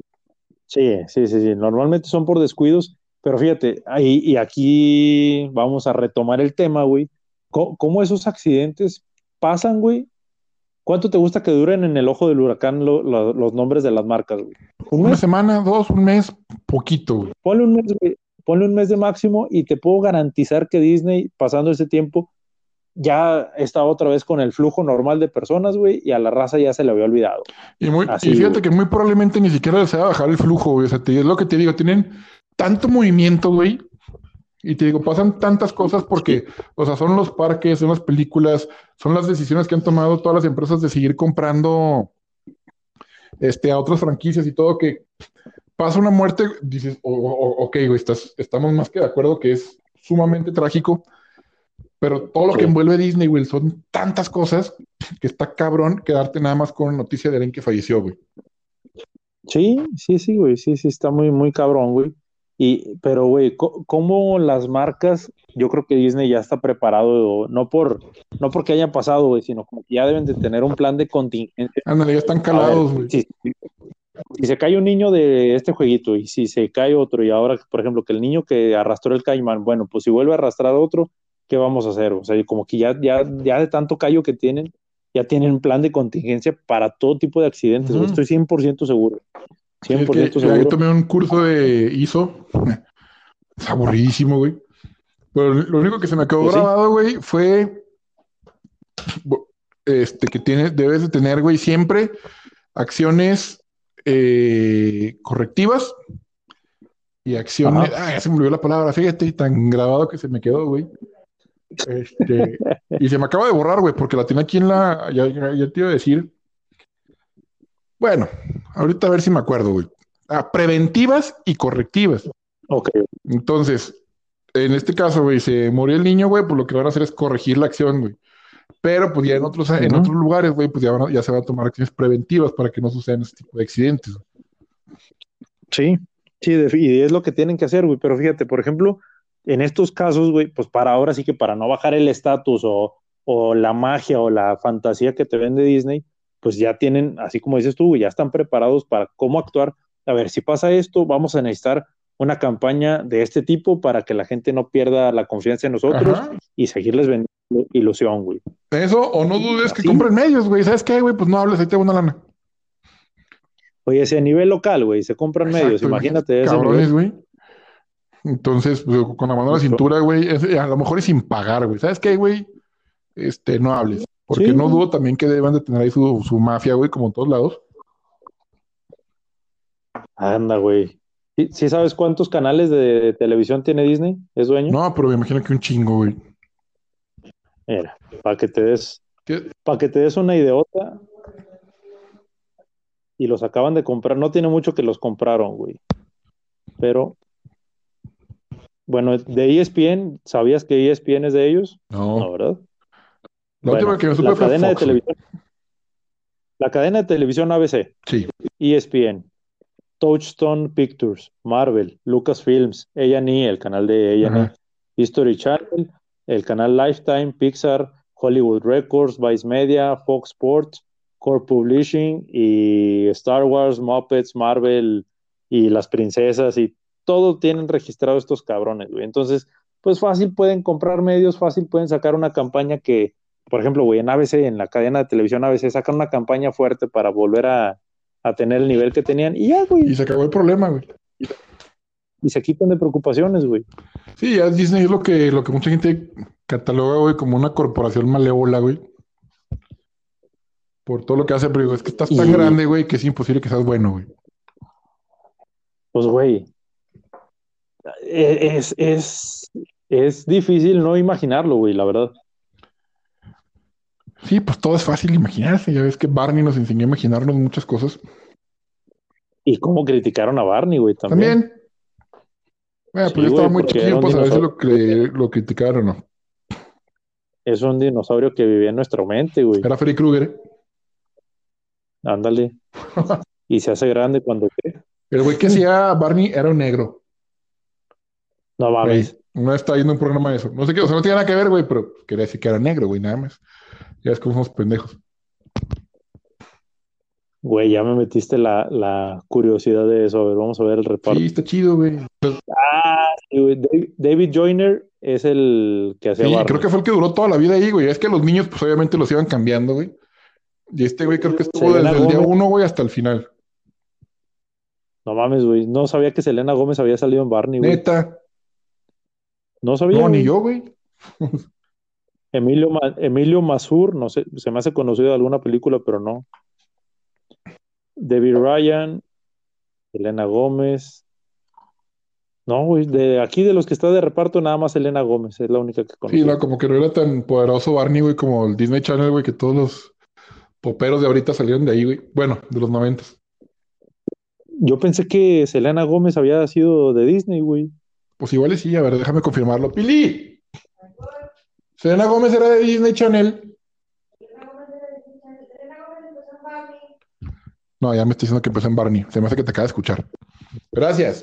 Sí, sí, sí, sí, normalmente son por descuidos, pero fíjate, ahí, y aquí vamos a retomar el tema, güey, ¿Cómo, cómo esos accidentes pasan, güey? ¿Cuánto te gusta que duren en el ojo del huracán lo- lo- los nombres de las marcas, güey? ¿Un Una mes? semana, dos, un mes, poquito, güey. Ponle un mes, güey, ponle un mes de máximo y te puedo garantizar que Disney, pasando ese tiempo, ya está otra vez con el flujo normal de personas, güey, y a la raza ya se le había olvidado. Y, muy, Así, y fíjate güey. que muy probablemente ni siquiera les va a bajar el flujo, güey. O sea, te- es lo que te digo, tienen tanto movimiento, güey, Y te digo, pasan tantas cosas porque, o sea, son los parques, son las películas, son las decisiones que han tomado todas las empresas de seguir comprando este, a otras franquicias y todo, que pasa una muerte, dices, o- o- ok, güey, estás, estamos más que de acuerdo que es sumamente trágico, pero todo lo que Sí. envuelve Disney, güey, son tantas cosas que está cabrón quedarte nada más con noticia de alguien que falleció, güey. Sí, sí, sí, güey, sí, sí, está muy, muy cabrón, güey. Y, pero, güey, co- ¿cómo las marcas? Yo creo que Disney ya está preparado, no por, no porque hayan pasado, güey, sino como que ya deben de tener un plan de contingencia. Ándale, ya están A ver, calados, güey. si, si se cae un niño de este jueguito y si se cae otro y ahora, por ejemplo, que el niño que arrastró el caimán, bueno, pues si vuelve a arrastrar otro, ¿qué vamos a hacer? O sea, como que ya, ya, ya de tanto callo que tienen, ya tienen un plan de contingencia para todo tipo de accidentes, güey. Ujú. Estoy cien por ciento seguro, Sí, cien es por que ciento ahí seguro. tomé un curso de I S O. Es aburridísimo, güey. Pero lo único que se me quedó Pues sí, grabado, güey, fue bu- este, que tienes, debes de tener, güey, siempre acciones eh, correctivas y acciones. ajá. Ah, ya se me olvidó la palabra, fíjate, tan grabado que se me quedó, güey. Este, y se me acaba de borrar, güey, porque la tenía aquí en la. Ya, ya- ya te iba a decir. Bueno, ahorita a ver si me acuerdo, güey. Ah, preventivas y correctivas. Ok. Entonces, en este caso, güey, se murió el niño, güey, pues lo que van a hacer es corregir la acción, güey. Pero pues ya en otros, en Ujú. otros lugares, güey, pues ya, van a- ya se van a tomar acciones preventivas para que no sucedan ese tipo de accidentes. Sí, sí, de- y es lo que tienen que hacer, güey. Pero fíjate, por ejemplo, en estos casos, güey, pues para ahora sí que para no bajar el estatus o, o la magia o la fantasía que te vende Disney, pues ya tienen, así como dices tú, güey, ya están preparados para cómo actuar. A ver, si pasa esto, vamos a necesitar una campaña de este tipo para que la gente no pierda la confianza en nosotros Ajá. y seguirles vendiendo ilusión, güey. Eso, o no Y dudes que así, compren medios, güey. ¿Sabes qué, güey? Pues no hables, ahí te va una lana. oye, ese a nivel local, güey, se compran medios, Exacto, imagínate, imagínate ese nivel. cabrones, güey. Entonces, pues, con la mano a la Mucho. cintura, güey, es- a lo mejor es sin pagar, güey. ¿Sabes qué, güey? Este, no hables. Porque Sí, no dudo también que deban de tener ahí su, su mafia, güey, como en todos lados. anda, güey. ¿Sí, sí sabes cuántos canales de televisión tiene Disney? ¿Es dueño? No, pero me imagino que un chingo, güey. Mira, para que te des, ¿Qué? para que te des una ideota, y los acaban de comprar. No tiene mucho que los compraron, güey. Pero, bueno, de E S P N, ¿sabías que E S P N es de ellos? No, No. ¿verdad? La última Bueno, que me supe la fue cadena de Fox, güey. televisión, la cadena de televisión A B C, Sí. E S P N, Touchstone Pictures, Marvel, Lucasfilms, A and E, el canal de A and E, Ajá. History Channel, el canal Lifetime, Pixar, Hollywood Records, Vice Media, Fox Sports, Core Publishing y Star Wars, Muppets, Marvel y las princesas y todo tienen registrado estos cabrones, güey. Entonces, pues fácil pueden comprar medios, fácil pueden sacar una campaña que, por ejemplo, güey, en A B C, en la cadena de televisión A B C, sacan una campaña fuerte para volver a, a tener el nivel que tenían y ya, Y güey, se acabó el problema, güey. y se quitan de preocupaciones, güey. Sí, ya Disney es lo que, lo que mucha gente cataloga, güey, como una corporación malévola, güey. Por todo lo que hace, pero digo, es que estás tan Y grande, güey, que es imposible que seas bueno, güey. pues, güey, e- es, es, es difícil no imaginarlo, güey, la verdad. Sí, pues todo es fácil imaginarse. Ya ves que Barney nos enseñó a imaginarnos muchas cosas. Y cómo criticaron a Barney, güey, también. También, bueno, pues Sí, yo estaba güey, muy porque era chiquillo un para saber si dinosaurio, lo, cre- lo criticaron o no. es un dinosaurio que vivía en nuestra mente, güey. Era Freddy Krueger, ¿eh? Ándale. Y se hace grande cuando ¿qué? El güey que hacía a Barney era un negro. No Güey, mames. no está viendo un programa de eso. No sé qué, o sea, no tiene nada que ver, güey, pero quería decir que era negro, güey, nada más. Ya es como somos pendejos. Güey, ya me metiste la, la curiosidad de eso. A ver, vamos a ver el Sí, reparto. está chido, güey. Ah, sí, güey, David, David Joyner es el que hacía Sí, creo que Barney. fue el que duró toda la vida ahí, güey. Es que los niños, pues obviamente los iban cambiando, güey. Y este güey creo que estuvo Selena desde el día Gómez. uno, güey, hasta el final. No mames, güey. No sabía que Selena Gómez había salido en Barney, güey. Neta. No sabía, No, ni güey. yo, güey. Emilio, Ma- Emilio Masur, no sé, se me hace conocido de alguna película, pero no. David Ryan, Selena Gómez. No, güey, de aquí de los que está de reparto, nada más Selena Gómez, es la única que Sí, conozco. no, como que no era tan poderoso Barney, güey, como el Disney Channel, güey, que todos los poperos de ahorita salieron de ahí, güey. Bueno, de los noventas. Yo pensé que Selena Gómez había sido de Disney, güey. Pues igual y sí, a ver, déjame confirmarlo. ¡Pili! Selena Gómez era de Disney Channel. No, ya me estoy diciendo que empezó en Barney. Se me hace que te acaba de escuchar. Gracias.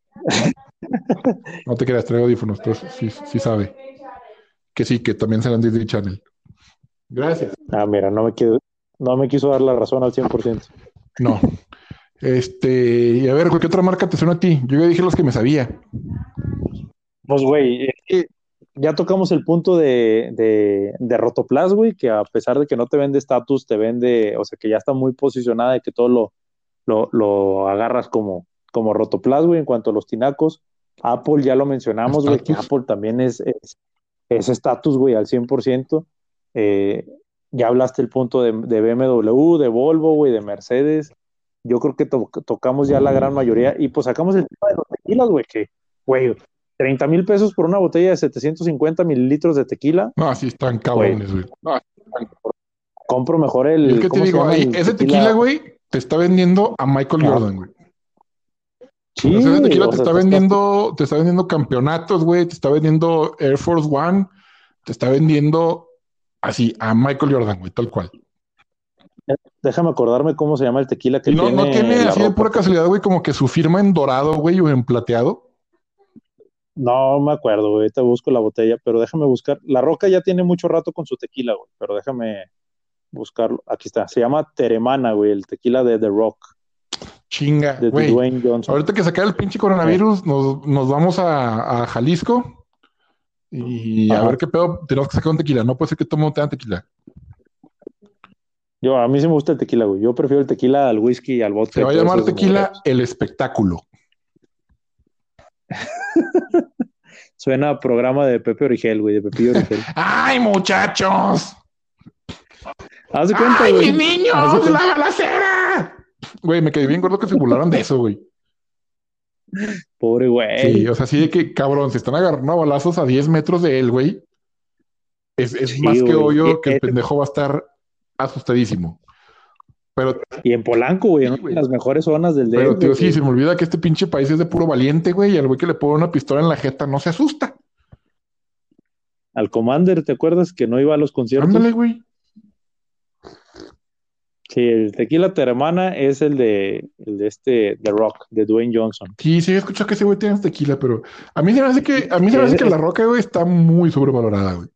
No te creas, traigo audífonos, pero sí, sí sabe. Que sí, que también será en Disney Channel. Gracias. Ah, mira, no me quiso, no me quiso dar la razón al cien por ciento. No. Este, y a ver, ¿qué otra marca te suena a ti? Yo ya dije los que me sabía. Pues, güey, es que ya tocamos el punto de, de, de Rotoplas, güey, que a pesar de que no te vende estatus, te vende, o sea, que ya está muy posicionada y que todo lo, lo, lo agarras como, como Rotoplas, güey, en cuanto a los tinacos. Apple, ya lo mencionamos, güey, que Estatus. Apple también es es es estatus, güey, al cien por ciento. Eh, ya hablaste el punto de, de B M W, de Volvo, güey, de Mercedes. Yo creo que to tocamos ya la gran mayoría y pues sacamos el tema de los tequilas, güey, que, güey, treinta mil pesos por una botella de setecientos cincuenta mililitros de tequila, No, así están güey, cabrones, güey. No, compro mejor y es el, que te ¿cómo se digo, llama? ahí, El ese tequila. tequila, güey, te está vendiendo a Michael Ajá. Jordan, güey. Sí, O sea, ese güey, tequila o te sea, está te estás, vendiendo, te está vendiendo campeonatos, güey, te está vendiendo Air Force One, te está vendiendo así a Michael Jordan, güey, tal cual. déjame acordarme cómo se llama el tequila que Y no, no tiene tiene La así de Roca. pura casualidad, güey, como que su firma en dorado, güey, o en plateado. No me acuerdo, güey, ahorita busco la botella, pero déjame buscar. La Roca ya tiene mucho rato con su tequila, güey, pero déjame buscarlo. Aquí está, se llama Teremana, güey, el tequila de The Rock, Chinga, de güey. Dwayne Johnson. Ahorita que se acabe el pinche Eh, coronavirus, nos, nos vamos a, a Jalisco y a ajá. ver qué pedo. Tenemos que sacar un tequila. No puede ser que todo el mundo tenga tequila. Yo, a mí sí me gusta el tequila, güey. Yo prefiero el tequila al whisky, al Se vodka y va a todos llamar esos tequila mugrosos. El Espectáculo. Suena a programa de Pepe Origel, güey, de Pepillo Origel. ¡Ay, muchachos! Haz de cuenta, ¡Ay, güey. mis niños! ¡La balacera! Güey, me quedé bien gordo que se burlaron de eso, güey. Pobre Sí, güey. o sea, sí de que, cabrón, se están agarrando a balazos a diez metros de él, güey. Es, es Sí, más que güey. Y, obvio que el eh, pendejo va a estar asustadísimo. Pero, y en Polanco, güey, en sí, una de güey. las mejores zonas del Pero, D F, tío, sí, güey. se me olvida que este pinche país es de puro valiente, güey, y al güey que le pone una pistola en la jeta no se asusta. Al Commander, ¿te acuerdas que no iba a los Ándale, conciertos? güey. Sí, el tequila Teremana es el de, el de este, The Rock, de Dwayne Johnson. Sí, sí, he escuchado que ese güey tiene tequila, pero a mí se me hace que, a mí se me Es- hace que es- la Roca, güey, está muy sobrevalorada, güey.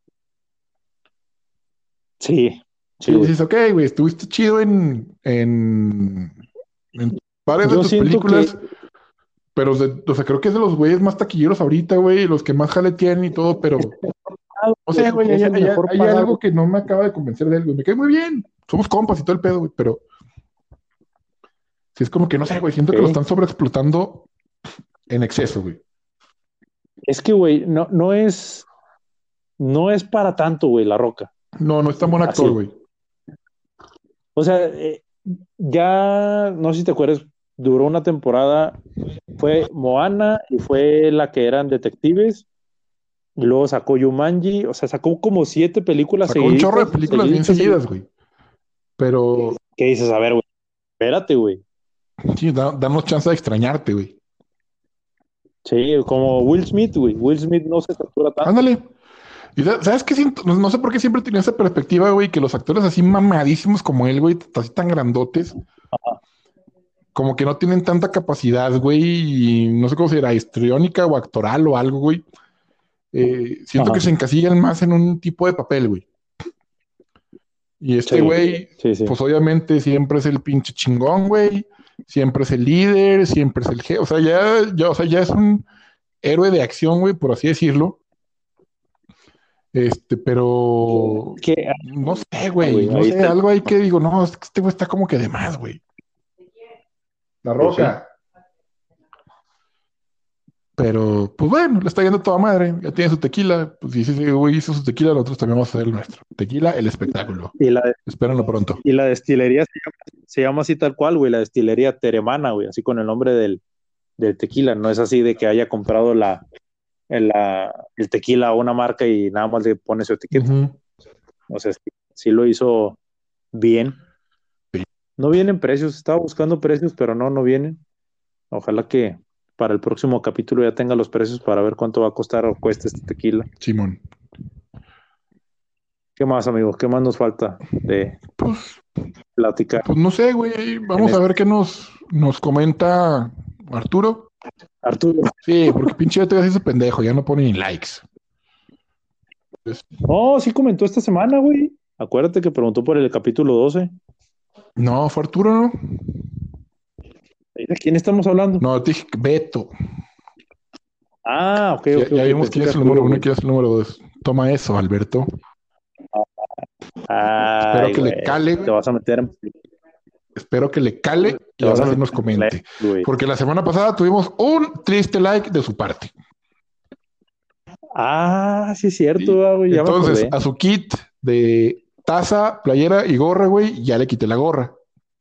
sí, sí, Sí, güey. dices, ok, güey, estuviste chido en, en, en varias de Yo tus siento que, películas, pero, de- o sea, creo que es de los güeyes más taquilleros ahorita, güey, los que más jale tienen y todo, pero, o sea, güey, hay, es el hay- mejor hay pagado. algo que no me acaba de convencer de él, güey. Me cae muy bien, somos compas y todo el pedo, güey, pero sí es como que, no sé, güey, siento que lo Ok. están sobreexplotando en exceso, güey. Es que, güey, no, no es, no es para tanto, güey, La Roca. No, no es tan buen actor, Así. güey. O sea, eh, ya, no sé si te acuerdas, duró una temporada, fue Moana y fue la que eran detectives, y luego sacó Jumanji, o sea, sacó como siete películas Sacó un chorro de seguiditas, películas bien seguiditas, seguidas, seguiditas. güey, pero ¿Qué dices? A ver, güey, espérate, güey. sí, da- danos chance de extrañarte, güey. Sí, como Will Smith, güey. Will Smith no se satura tanto. Ándale. Y sa- ¿sabes qué siento? No, no sé por qué siempre tenía esa perspectiva, güey, que los actores así mamadísimos como él, güey, así tan grandotes, como que no tienen tanta capacidad, güey, y no sé cómo será, histriónica o actoral o algo, güey. Eh, siento que Ajá. se encasillan más en un tipo de papel, güey. Y este Sí, güey, sí, sí. pues obviamente siempre es el pinche chingón, güey. Siempre es el líder, siempre es el jefe. O sea, ya, ya, o sea, ya es un héroe de acción, güey, por así decirlo. Este, pero Que, no sé, ah, güey, güey, no ahí sé, está el- algo ahí que digo, no, es que este güey está como que de más, güey. La pues sí. Roca. Pero, pues bueno, le está yendo toda madre. Ya tiene su tequila. Pues si ese güey hizo su tequila, nosotros también vamos a hacer el nuestro. Tequila, el espectáculo. Y la, Espérenlo pronto. y la destilería se llama, se llama así tal cual, güey, la destilería Teremana, güey, así con el nombre del, del tequila, no es así de que haya comprado la, el, la, el tequila a una marca y nada más le pone su etiqueta. Ujú. O sea, sí, sí lo hizo bien. Sí. No vienen precios, estaba buscando precios, pero no, no vienen. Ojalá que para el próximo capítulo ya tenga los precios para ver cuánto va a costar o cuesta este tequila. Simón. ¿Qué más, amigos? ¿Qué más nos falta de Pues, platicar? pues no sé, güey. Vamos En a este- ver qué nos, nos comenta Arturo. Arturo. Sí, porque pinche te hace ese pendejo, ya no pone ni likes. Entonces, No, sí comentó esta semana, güey. Acuérdate que preguntó por el capítulo doce. no, fue Arturo, ¿no? ¿De quién estamos hablando? No, te dije que Beto. Ah, ok, Ya, ok, ya ok. vimos Pensé quién que es el Arturo, número uno y güey. quién es el número dos. Toma eso, Alberto. Espero Ay, que le güey. cale, Te güey. vas a meter en... Espero que le cale Te y vas a ahora sí meter nos en... comente. güey. Porque la semana pasada tuvimos un triste like de su parte. Ah, sí es cierto, ¿Sí? ah, güey. Ya me Entonces, acordé. a su kit de taza, playera y gorra, güey, ya le quité la gorra.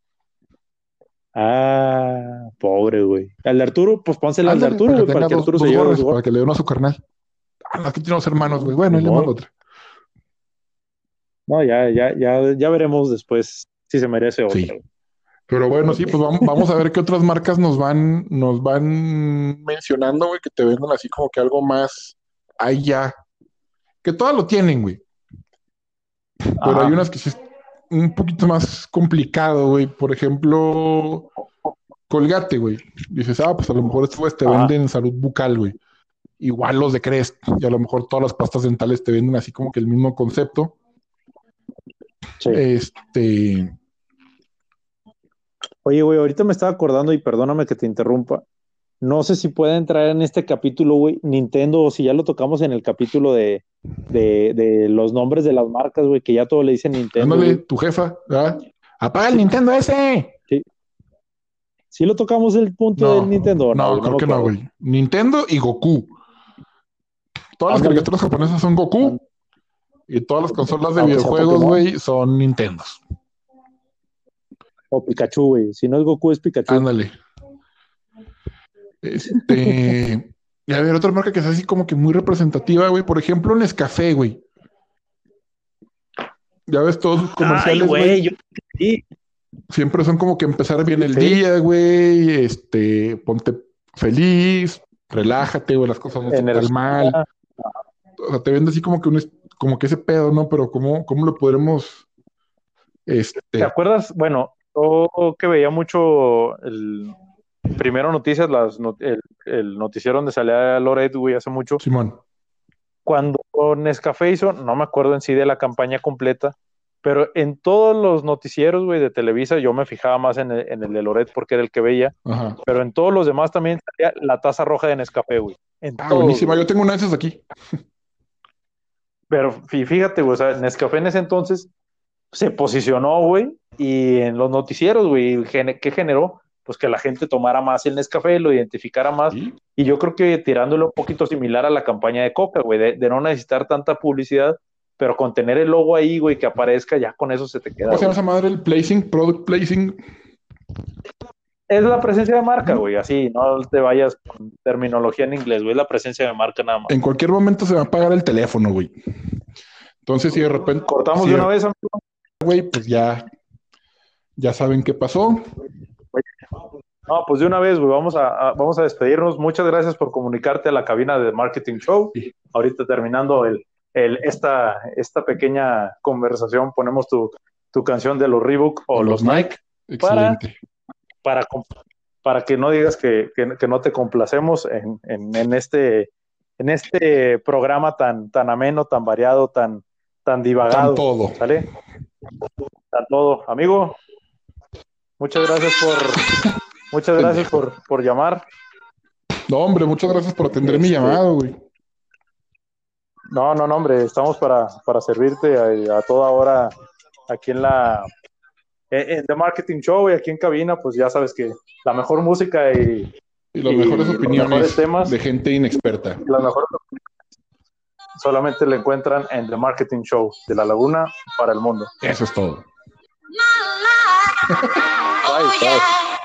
Ah, pobre, güey. Al de Arturo, pues pónsela al de Ándale, Arturo, para que güey, para tenga que dos, Arturo se dos lleve gorras, su gorra. para que le dé una a su carnal. Ah, no, es que tiene dos hermanos, güey. Bueno, Ni ahí le mando modo. otra. No, ya, ya, ya, ya veremos después si se merece otra, Sí. güey. Pero bueno, sí, pues vamos, vamos a ver qué otras marcas nos van, nos van mencionando, güey, que te vendan así como que algo más allá. Que todas lo tienen, güey. Pero hay Ajá. unas que sí es un poquito más complicado, güey. Por ejemplo, Colgate, güey. Dices, ah, pues a lo mejor estos güeyes te Ajá. venden salud bucal, güey. Igual los de Crest. Y a lo mejor todas las pastas dentales te venden así como que el mismo concepto. Sí. Este, Oye, güey, ahorita me estaba acordando y perdóname que te interrumpa. No sé si puede entrar en este capítulo, güey, Nintendo, o si ya lo tocamos en el capítulo de, de, de los nombres de las marcas, güey, que ya todo le dicen Nintendo, ándale, güey. tu jefa, ¿verdad? ¡Apaga el Sí, Nintendo ese! sí. Sí lo tocamos el punto del No, Nintendo, o no, no, güey, no creo me que no, acuerdo. güey. Nintendo y Goku. Todas las Ándale. caricaturas japonesas son Goku y todas las consolas de Aunque sea videojuegos, Pokémon güey, son Nintendos. o Pikachu, güey. Si no es Goku, es Pikachu. Ándale. Este. Y a ver, otra marca que es así como que muy representativa, güey. Por ejemplo, Nescafé, güey. Ya ves todos sus Ay, comerciales, güey, güey. yo sí. Siempre son como que empezar bien el Sí, día, güey. Este, ponte feliz, relájate, güey, las cosas no están tan mal. energía. O sea, te vende así como que un, es- como que ese pedo, ¿no? Pero ¿cómo, cómo lo podremos, ¿Te este, acuerdas? Bueno, yo que veía mucho el primero noticias, las, not- el, el noticiero donde salía Loret, güey, hace mucho. Simón? Cuando Nescafé hizo, no me acuerdo en sí de la campaña completa, pero en todos los noticieros, güey, de Televisa, yo me fijaba más en el, en el de Loret porque era el que veía, Ajá. pero en todos los demás también salía la taza roja de Nescafé, güey. En Ah, todos, buenísima. güey. Yo tengo una de esas aquí. Pero fí- fíjate, güey, o sea, Nescafé en ese entonces se posicionó, güey, y en los noticieros, güey, gene- ¿qué generó? Pues que la gente tomara más el Nescafé, lo identificara más, Sí. y yo creo que tirándolo un poquito similar a la campaña de Coca, güey, de, de no necesitar tanta publicidad, pero con tener el logo ahí, güey, que aparezca, ya con eso se te queda, ¿Cómo se llama güey. esa madre? El placing, product placing. Es la presencia de marca, Ujú. güey, así, no te vayas con terminología en inglés, güey, es la presencia de marca nada más. En cualquier momento se va a apagar el teléfono, güey. Entonces, si de repente, Cortamos si de de una vez, amigo. güey, pues ya, ya saben qué pasó. No, pues de una vez, güey, vamos a, a- vamos a despedirnos. Muchas gracias por comunicarte a la cabina de Marketing Show. Sí. Ahorita terminando el, el, esta, esta pequeña conversación, ponemos tu, tu canción de los Reebok o, O los los Nike Nike. para, Excelente. para, com- para que no digas que, que- que no te complacemos en, en- en este, en este programa tan, tan ameno, tan variado, tan, tan Tan divagado. todo. ¿Sale? Tan todo. Amigo, muchas gracias por, muchas gracias Pendejo. por, por llamar. No, hombre, muchas gracias por atender mi Este, llamado, güey. No, no, no, hombre, estamos para, para servirte a, a toda hora aquí en la en, en The Marketing Show y aquí en cabina, pues ya sabes que la mejor música y, Y las y mejores los opiniones mejores temas de gente inexperta. y las mejores solamente le encuentran en The Marketing Show de La Laguna para el mundo. Eso es todo. Bye, bye.